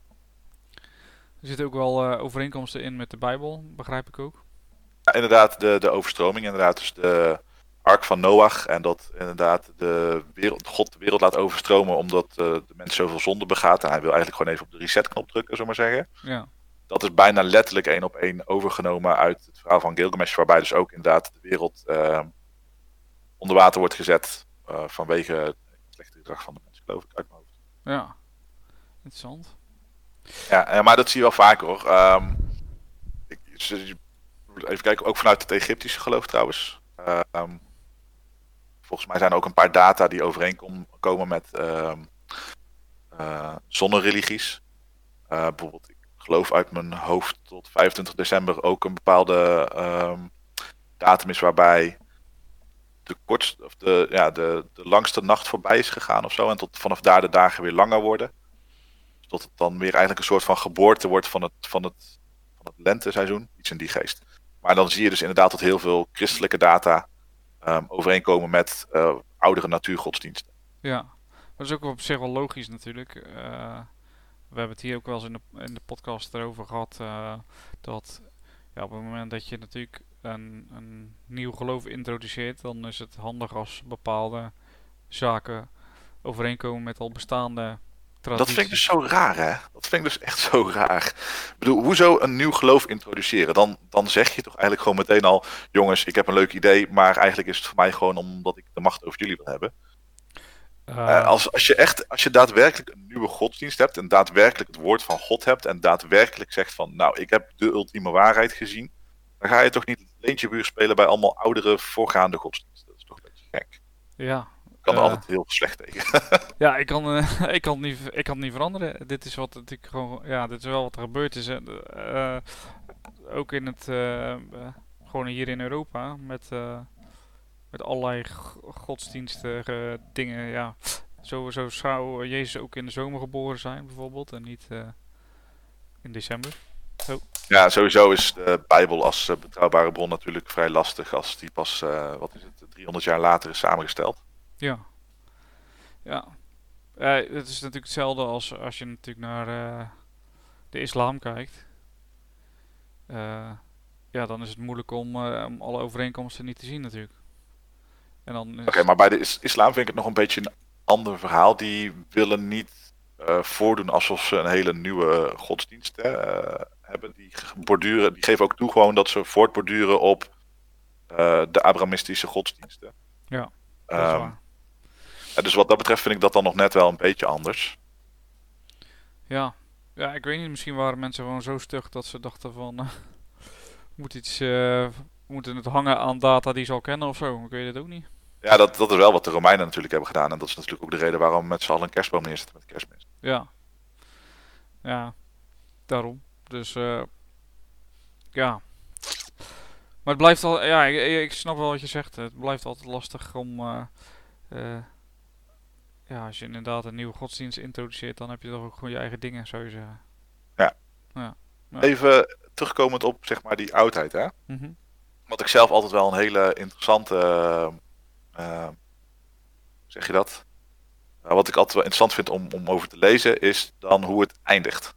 Er zitten ook wel uh, overeenkomsten in met de Bijbel, begrijp ik ook. Ja, inderdaad, de, de overstroming, inderdaad, dus de ark van Noach. En dat inderdaad de wereld, God de wereld laat overstromen omdat uh, de mens zoveel zonde begaat. En hij wil eigenlijk gewoon even op de resetknop drukken, zullen we maar zeggen. Ja. Dat is bijna letterlijk één op één overgenomen uit het verhaal van Gilgamesh, waarbij dus ook inderdaad de wereld uh, onder water wordt gezet uh, vanwege het slechte gedrag van de mensen, geloof ik, uit mijn hoofd. Ja, interessant. Ja, maar dat zie je wel vaker hoor. Um, ik, even kijken, ook vanuit het Egyptische geloof trouwens. Uh, um, volgens mij zijn er ook een paar data die overeenkomen met uh, uh, zonnereligies. Uh, bijvoorbeeld, ik geloof uit mijn hoofd tot vijfentwintig december ook een bepaalde um, datum is waarbij de, kortste, of de, ja, de, de langste nacht voorbij is gegaan of zo. En tot vanaf daar de dagen weer langer worden. Tot het dan weer eigenlijk een soort van geboorte wordt van het, van het, van het lenteseizoen. Iets in die geest. Maar dan zie je dus inderdaad dat heel veel christelijke data um, overeenkomen met uh, oudere natuurgodsdiensten. Ja, dat is ook op zich wel logisch natuurlijk. Uh, we hebben het hier ook wel eens in de, in de podcast erover gehad. Uh, dat ja, op het moment dat je natuurlijk een, een nieuw geloof introduceert, dan is het handig als bepaalde zaken overeenkomen met al bestaande tradities. Dat vind ik dus zo raar, hè? Dat vind ik dus echt zo raar. Ik bedoel, hoezo een nieuw geloof introduceren? Dan, dan zeg je toch eigenlijk gewoon meteen al, jongens, ik heb een leuk idee, maar eigenlijk is het voor mij gewoon omdat ik de macht over jullie wil hebben. Uh, uh, als, als, je echt, als je daadwerkelijk een nieuwe godsdienst hebt en daadwerkelijk het woord van God hebt en daadwerkelijk zegt van, nou, ik heb de ultieme waarheid gezien, dan ga je toch niet leentje buur spelen bij allemaal oudere voorgaande godsdiensten. Dat is toch een beetje gek. Ja. Ik kan er uh, altijd heel slecht tegen. Ja, ik kan, uh, ik, kan het niet, ik kan het niet veranderen. Dit is wat natuurlijk gewoon, ja, dit is wel wat er gebeurd is. Uh, ook in het, uh, uh, gewoon hier in Europa met, uh, met allerlei godsdienstige dingen. Ja, sowieso zou Jezus ook in de zomer geboren zijn bijvoorbeeld en niet uh, in december. Zo. Ja, sowieso is de Bijbel als uh, betrouwbare bron natuurlijk vrij lastig als die pas, uh, wat is het, driehonderd jaar later is samengesteld. Ja. Ja. Uh, het is natuurlijk hetzelfde als als je natuurlijk naar uh, de islam kijkt. Uh, ja, dan is het moeilijk om, uh, om alle overeenkomsten niet te zien natuurlijk. Oké, okay, maar bij de is islam vind ik het nog een beetje een ander verhaal. Die willen niet uh, voordoen alsof ze een hele nieuwe godsdienst uh, hebben. Die, borduren, die geven ook toe gewoon dat ze voortborduren op uh, de Abrahamistische godsdiensten. Ja, dat is um, waar. Uh, dus wat dat betreft vind ik dat dan nog net wel een beetje anders. Ja, ja, ik weet niet. Misschien waren mensen gewoon zo stug dat ze dachten van... Uh, moet iets, uh, moeten het hangen aan data die ze al kennen of zo. Ik weet het ook niet. Ja, dat, dat is wel wat de Romeinen natuurlijk hebben gedaan. En dat is natuurlijk ook de reden waarom met z'n allen een kerstboom neerzetten met kerstmis. Ja. Ja, daarom. Dus, uh, ja. Maar het blijft al... Ja, ik, ik snap wel wat je zegt. Het blijft altijd lastig om... Uh, uh, ja, als je inderdaad een nieuwe godsdienst introduceert, dan heb je toch ook gewoon je eigen dingen, zou je zeggen. Ja. Ja. Ja. Even terugkomend op, zeg maar, die oudheid, hè. Mm-hmm. Wat ik zelf altijd wel een hele interessante... Uh, uh, zeg je dat? Uh, wat ik altijd wel interessant vind om, om over te lezen, is dan hoe het eindigt.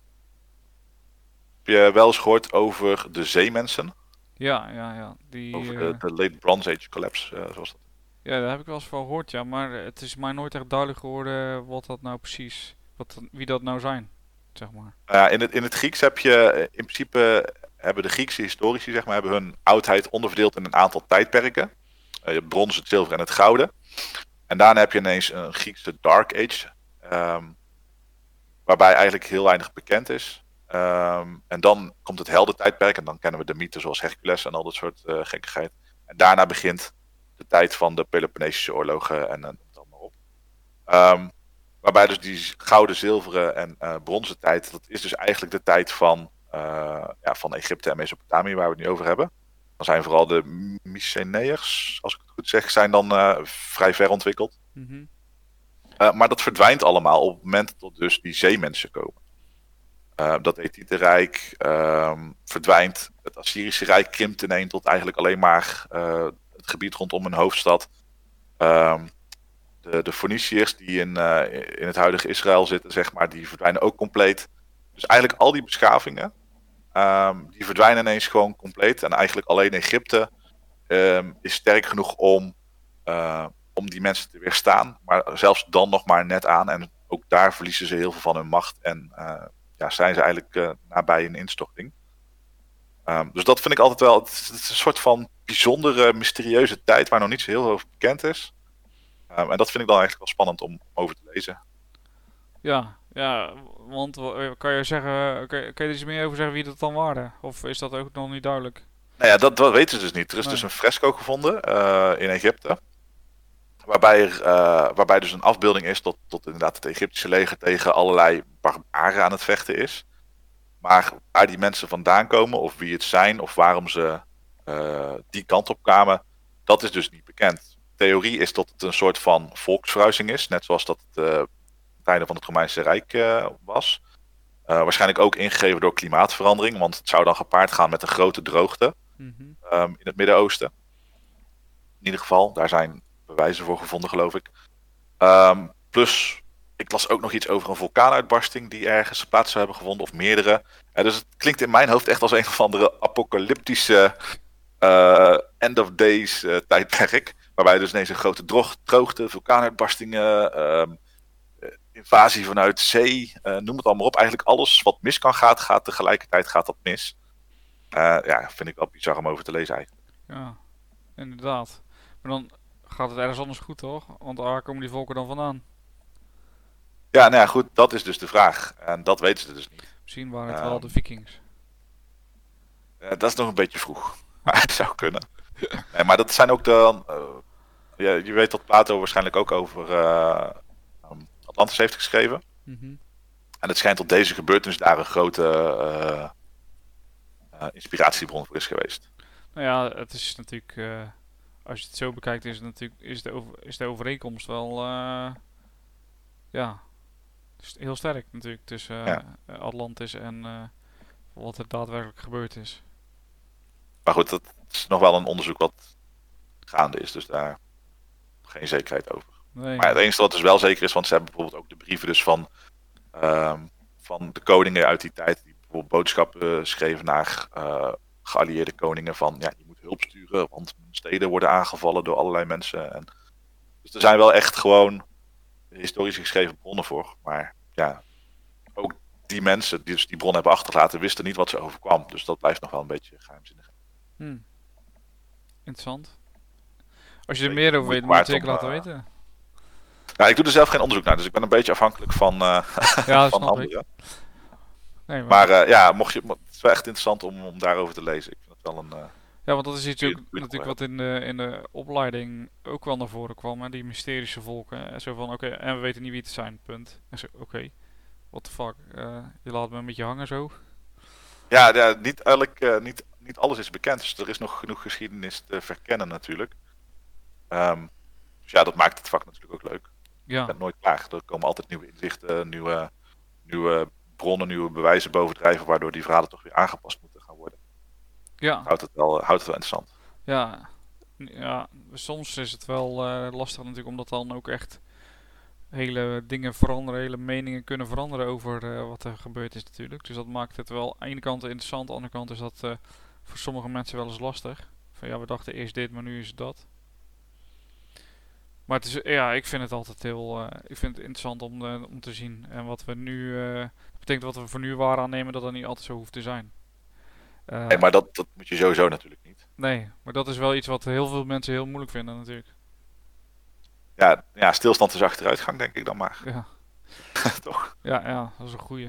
Heb je wel eens gehoord over de zeemensen? Ja, ja, ja. Die, over uh, de, de Late Bronze Age Collapse, uh, zoals dat. Ja, daar heb ik wel eens van gehoord, ja. Maar het is mij nooit echt duidelijk geworden wat dat nou precies... Wat, wie dat nou zijn, zeg maar. Uh, in, het, in het Grieks heb je... In principe hebben de Griekse historici, zeg maar, hebben hun oudheid onderverdeeld in een aantal tijdperken. Uh, je hebt brons, het zilver en het gouden. En daarna heb je ineens een Griekse Dark Age. Um, waarbij eigenlijk heel weinig bekend is. Um, en dan komt het heldentijdperk. En dan kennen we de mythen zoals Hercules en al dat soort uh, gekkigheid. En daarna begint de tijd van de Peloponnesische oorlogen en noem het allemaal op. Um, waarbij dus die gouden, zilveren en uh, bronzen tijd, dat is dus eigenlijk de tijd van, uh, ja, van Egypte en Mesopotamië, waar we het nu over hebben. Dan zijn vooral de Mycenaeërs, als ik het goed zeg, zijn dan uh, vrij ver ontwikkeld. Mm-hmm. Uh, maar dat verdwijnt allemaal op het moment dat dus die zeemensen komen. Uh, dat Hethitenrijk uh, verdwijnt. Het Assyrische Rijk krimpt ineen tot eigenlijk alleen maar uh, het gebied rondom een hoofdstad. Um, de, de Feniciërs die in, uh, in het huidige Israël zitten, zeg maar, die verdwijnen ook compleet. Dus eigenlijk al die beschavingen, um, die verdwijnen ineens gewoon compleet. En eigenlijk alleen Egypte um, is sterk genoeg om, uh, om die mensen te weerstaan. Maar zelfs dan nog maar net aan. En ook daar verliezen ze heel veel van hun macht. En uh, ja, zijn ze eigenlijk uh, nabij een instorting. Um, dus dat vind ik altijd wel, het is, het is een soort van bijzondere, mysterieuze tijd waar nog niet zo heel veel bekend is. Um, en dat vind ik dan eigenlijk wel spannend om over te lezen. Ja, ja, want kan je zeggen, kan je, kan je er iets meer over zeggen wie dat dan waren? Of is dat ook nog niet duidelijk? Nou ja, dat, dat weten ze dus niet. Er is Nee. dus een fresco gevonden uh, in Egypte. Waarbij er uh, waarbij dus een afbeelding is dat, dat inderdaad het Egyptische leger tegen allerlei barbaren aan het vechten is. Maar waar die mensen vandaan komen, of wie het zijn, of waarom ze uh, die kant op kwamen, dat is dus niet bekend. Theorie is dat het een soort van volksverhuizing is, net zoals dat het uh, tijden van het Romeinse Rijk uh, was. Uh, waarschijnlijk ook ingegeven door klimaatverandering, want het zou dan gepaard gaan met een grote droogte mm-hmm. um, in het Midden-Oosten. In ieder geval, daar zijn bewijzen voor gevonden, geloof ik. Um, plus, ik las ook nog iets over een vulkaanuitbarsting die ergens plaats zou hebben gevonden, of meerdere. Uh, dus het klinkt in mijn hoofd echt als een of andere apocalyptische uh, end of days uh, tijdperk. Waarbij dus ineens een grote droog, droogte, vulkaanuitbarstingen, uh, invasie vanuit zee, uh, noem het allemaal op. Eigenlijk alles wat mis kan gaan, gaat tegelijkertijd gaat dat mis. Uh, ja, vind ik wel bizar om over te lezen eigenlijk. Ja, inderdaad. Maar dan gaat het ergens anders goed, toch? Want waar komen die volken dan vandaan? Ja, nou ja, goed, dat is dus de vraag. En dat weten ze dus niet. Misschien waren het um, wel de Vikings. Uh, dat is nog een beetje vroeg. Maar het zou kunnen. Nee, maar dat zijn ook de... Uh, ja, je weet dat Plato waarschijnlijk ook over uh, um, Atlantis heeft geschreven. Mm-hmm. En het schijnt dat deze gebeurtenis daar een grote uh, uh, inspiratiebron voor is geweest. Nou ja, het is natuurlijk... Uh, als je het zo bekijkt, is, het natuurlijk, is, de, over, is de overeenkomst wel... Uh, ja... heel sterk natuurlijk tussen uh, ja. Atlantis en uh, wat er daadwerkelijk gebeurd is. Maar goed, dat is nog wel een onderzoek wat gaande is, dus daar geen zekerheid over. Nee, maar het enige wat dus wel zeker is, want ze hebben bijvoorbeeld ook de brieven dus van, um, van de koningen uit die tijd, die bijvoorbeeld boodschappen schreven naar uh, geallieerde koningen van, ja, je moet hulp sturen, want steden worden aangevallen door allerlei mensen. En, dus er zijn wel echt gewoon historisch geschreven bronnen voor, maar ja, ook die mensen die dus die bron hebben achtergelaten, wisten niet wat ze overkwam. Dus dat blijft nog wel een beetje geheimzinnig. Hmm. Interessant. Als je er meer over weet, moet je het zeker laten uh, weten. Ja, ik doe er zelf geen onderzoek naar, dus ik ben een beetje afhankelijk van, uh, ja, van anderen. Nee, maar maar uh, ja, mocht je, het is wel echt interessant om, om daarover te lezen. Ik vind het wel een... Uh, ja, want dat is iets ook, natuurlijk wat in de, in de opleiding ook wel naar voren kwam. Hè? Die mysterische volken. En zo van, oké, okay, en we weten niet wie het zijn, punt. En zo, oké, okay, what the fuck. Uh, je laat me een beetje hangen zo. Ja, ja niet, elk, uh, niet, niet alles is bekend. Dus er is nog genoeg geschiedenis te verkennen natuurlijk. Um, dus ja, dat maakt het vak natuurlijk ook leuk. Ja. Je bent nooit klaar. Er komen altijd nieuwe inzichten, nieuwe, nieuwe bronnen, nieuwe bewijzen bovendrijven, waardoor die verhalen toch weer aangepast moeten gaan worden. Ja. Houdt het wel, houdt het wel interessant. Ja. Ja, soms is het wel uh, lastig natuurlijk, omdat dan ook echt hele dingen veranderen, hele meningen kunnen veranderen over uh, wat er gebeurd is natuurlijk. Dus dat maakt het wel aan de ene kant interessant, aan de andere kant is dat uh, voor sommige mensen wel eens lastig. Van ja, we dachten eerst dit, maar nu is het dat. Maar het is, ja, ik vind het altijd heel, uh, ik vind het interessant om, uh, om te zien. En wat we nu, uh, dat betekent wat we voor nu waar aannemen, dat dat niet altijd zo hoeft te zijn. Uh, nee, maar dat, dat moet je sowieso natuurlijk niet. Nee, maar dat is wel iets wat heel veel mensen heel moeilijk vinden natuurlijk. Ja, ja, stilstand is achteruitgang, denk ik dan maar. Ja. Toch? Ja, ja, dat is een goeie.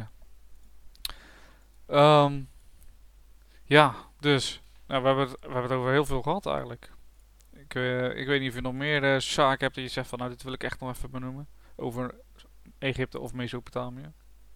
Um, ja, dus. Nou, we, hebben het, we hebben het over heel veel gehad eigenlijk. Ik, uh, ik weet niet of je nog meer uh, zaken hebt die je zegt van, nou, dit wil ik echt nog even benoemen. Over Egypte of Mesopotamië.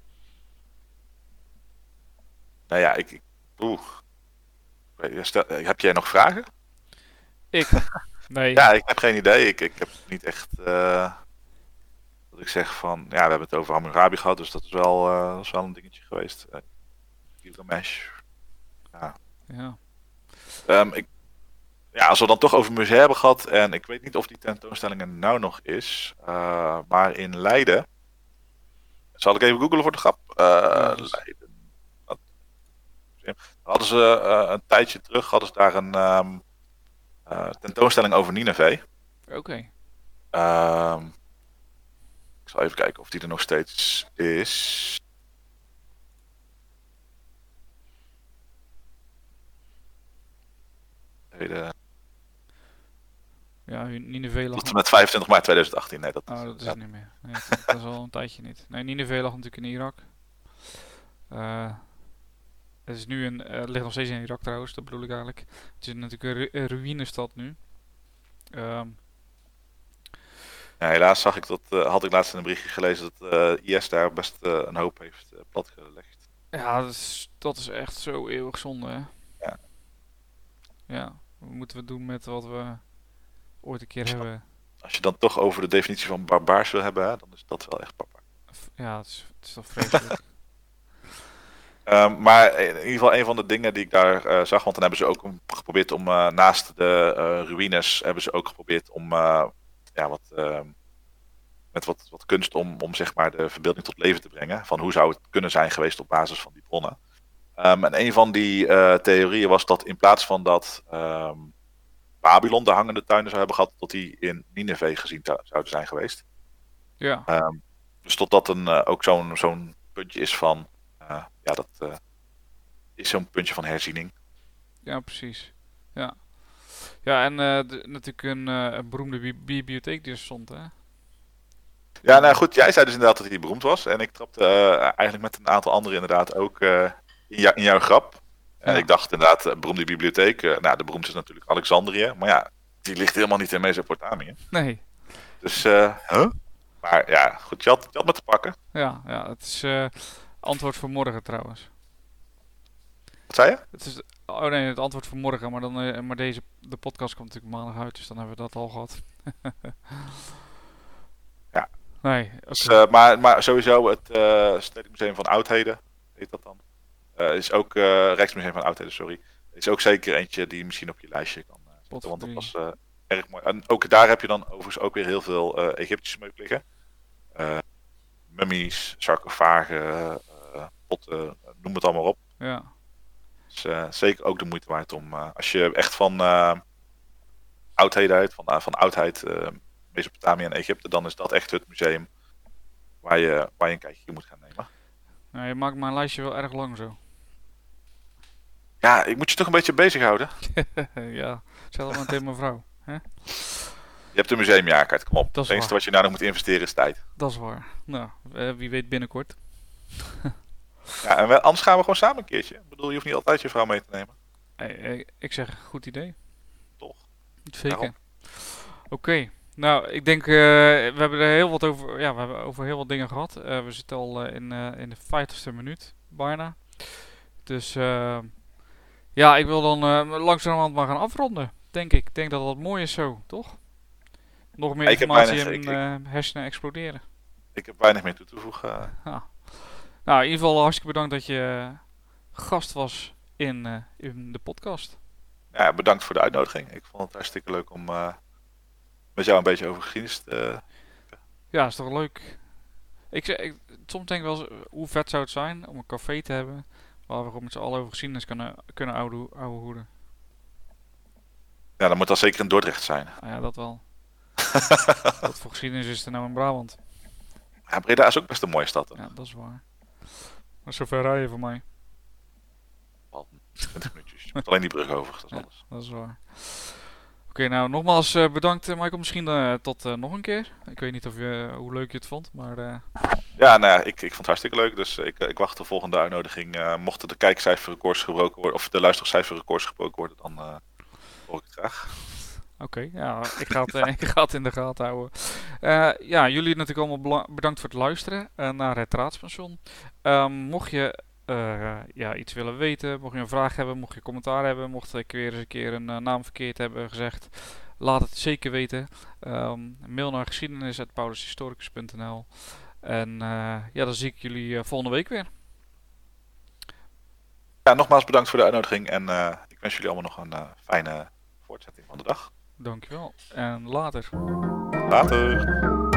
Nou ja, ik... ik oeh. Stel, heb jij nog vragen? Ik? Nee. Ja, ik heb geen idee. Ik, ik heb niet echt... Uh, dat ik zeg van... Ja, we hebben het over Hammurabi gehad, dus dat is wel, uh, dat is wel een dingetje geweest. Uh, Gilgamesh. Ja. Ja. Um, ik, ja, als we dan toch over musea hebben gehad, en ik weet niet of die tentoonstelling er nou nog is, uh, maar in Leiden, zal ik even googlen voor de grap? Uh, Ja, dus... Leiden. Hadden ze uh, een tijdje terug, hadden ze daar een um, uh, tentoonstelling over Nineveh. Oké. Okay. Um, ik zal even kijken of die er nog steeds is. De... Ja, Nineveh lag... Tot met vijfentwintig maart tweeduizend achttien, nee, dat is, oh, dat is ja. het niet meer. Nee, dat, dat is al een tijdje niet. Nee, Nineveh lag natuurlijk in Irak. Uh, het is nu een, uh, het ligt nog steeds in Irak trouwens, dat bedoel ik eigenlijk. Het is natuurlijk een, ru- een ruïnestad nu. Um, ja, helaas zag ik dat, uh, had ik laatst in een berichtje gelezen dat uh, I S daar best uh, een hoop heeft uh, platgelegd. Ja, dat is, dat is echt zo eeuwig zonde, hè. Ja. Ja, wat moeten we doen met wat we ooit een keer als hebben... Dan, als je dan toch over de definitie van barbaars wil hebben, hè, dan is dat wel echt barbaar. Ja, het is, het is toch vreselijk. Um, maar in ieder geval een van de dingen die ik daar uh, zag, want dan hebben ze ook om, geprobeerd om uh, naast de uh, ruïnes, hebben ze ook geprobeerd om uh, ja, wat, uh, met wat, wat kunst om, om zeg maar de verbeelding tot leven te brengen. Van hoe zou het kunnen zijn geweest op basis van die bronnen. Um, en een van die uh, theorieën was dat in plaats van dat um, Babylon de hangende tuinen zou hebben gehad, dat die in Nineveh gezien te, zouden zijn geweest. Ja. Um, dus tot dat een, uh, ook zo'n, zo'n puntje is van, uh, ja, dat uh, is zo'n puntje van herziening. Ja, precies. Ja, ja en uh, de, natuurlijk een, uh, een beroemde bi- bibliotheek die er stond, hè? Ja, nou goed, jij zei dus inderdaad dat hij beroemd was. En ik trapte uh, eigenlijk met een aantal anderen inderdaad ook uh, in, jou, in jouw grap. En Ja. ik dacht inderdaad, uh, beroemde bibliotheek. Uh, nou, de beroemdste is natuurlijk Alexandrië. Maar ja, die ligt helemaal niet in Mesopotamië. Nee. Dus, uh, huh? Maar ja, goed, je had, je had me te pakken. Ja, ja, het is uh, antwoord voor morgen trouwens. Wat zei je? Het is, oh nee, het antwoord voor morgen, maar, dan, uh, maar deze, de podcast komt natuurlijk maandag uit, dus dan hebben we dat al gehad. Ja. Nee, okay. Dus, uh, maar, maar sowieso het uh, Stedelijk Museum van Oudheden, heet dat dan. Uh, is ook, uh, Rijksmuseum van Oudheden, sorry. Is ook zeker eentje die misschien op je lijstje kan uh, zetten, want dat was uh, erg mooi. En ook daar heb je dan overigens ook weer heel veel uh, Egyptische meuk liggen. Uh, mummies, sarcofagen, uh, potten, noem het allemaal op. Ja. Dus uh, zeker ook de moeite waard om, uh, als je echt van uh, oudheden uit, van, uh, van oudheid, uh, Mesopotamië en Egypte, dan is dat echt het museum waar je, waar je een kijkje moet gaan nemen. Nou, je maakt mijn lijstje wel erg lang zo. Ja, ik moet je toch een beetje bezighouden. Ja, zeg dat maar tegen mijn vrouw. Hè? Je hebt een museumjaarkaart, kom op. Het enige wat je nou nog moet investeren is tijd. Dat is waar. Nou, uh, wie weet binnenkort. Ja, en we, anders gaan we gewoon samen een keertje. Ik bedoel, je hoeft niet altijd je vrouw mee te nemen. Hey, hey, ik zeg, goed idee. Toch? Zeker. Oké. Okay. Nou, ik denk, uh, we hebben er heel wat over, ja, we hebben over heel wat dingen gehad. Uh, we zitten al uh, in, uh, in de vijftigste minuut, bijna. Dus, uh, ja, ik wil dan uh, langzamerhand maar gaan afronden, denk ik. Ik denk dat dat mooi is zo, toch? Nog meer informatie in uh, hersenen exploderen. Ik heb weinig meer toe te voegen. Ah. Nou, in ieder geval hartstikke bedankt dat je gast was in, uh, in de podcast. Ja, bedankt voor de uitnodiging. Ik vond het hartstikke leuk om uh, met jou een beetje over geschiedenis te... Ja, is toch leuk. Ik, ik, soms denk ik wel eens, hoe vet zou het zijn om een café te hebben waar we gewoon met z'n allen over geschiedenis kunnen, kunnen ouwe, ouwe hoeden. Ja, dat moet dan zeker in Dordrecht zijn. Ah ja, dat wel. Wat voor geschiedenis is er nou in Brabant? Ja, Breda is ook best een mooie stad. Hè? Ja, dat is waar. Maar zo ver rijden voor mij. twintig minuutjes. Je moet alleen die brug over, dat is ja, alles. Dat is waar. Oké, okay, nou nogmaals uh, bedankt uh, Michael. Misschien uh, tot uh, nog een keer. Ik weet niet of je, uh, hoe leuk je het vond, maar... Uh... Ja, nou ja, ik, ik vond het hartstikke leuk. Dus ik, ik wacht de volgende uitnodiging. Uh, mochten de kijkcijferrecords gebroken worden, of de luistercijferrecords gebroken worden, dan uh, hoor ik het graag. Oké, okay, ja, ik ga, het, ik ga het in de gaten houden. Uh, ja, jullie natuurlijk allemaal bedankt voor het luisteren uh, naar het Raadspension. Um, mocht je uh, ja, iets willen weten, mocht je een vraag hebben, mocht je commentaar hebben, mocht ik weer eens een keer een uh, naam verkeerd hebben gezegd, laat het zeker weten. Um, mail naar geschiedenis apenstaartje paulushistoricus punt n l en uh, ja, dan zie ik jullie uh, volgende week weer. Ja, nogmaals bedankt voor de uitnodiging en uh, ik wens jullie allemaal nog een uh, fijne voortzetting van de dag. Dankjewel. En later. Later.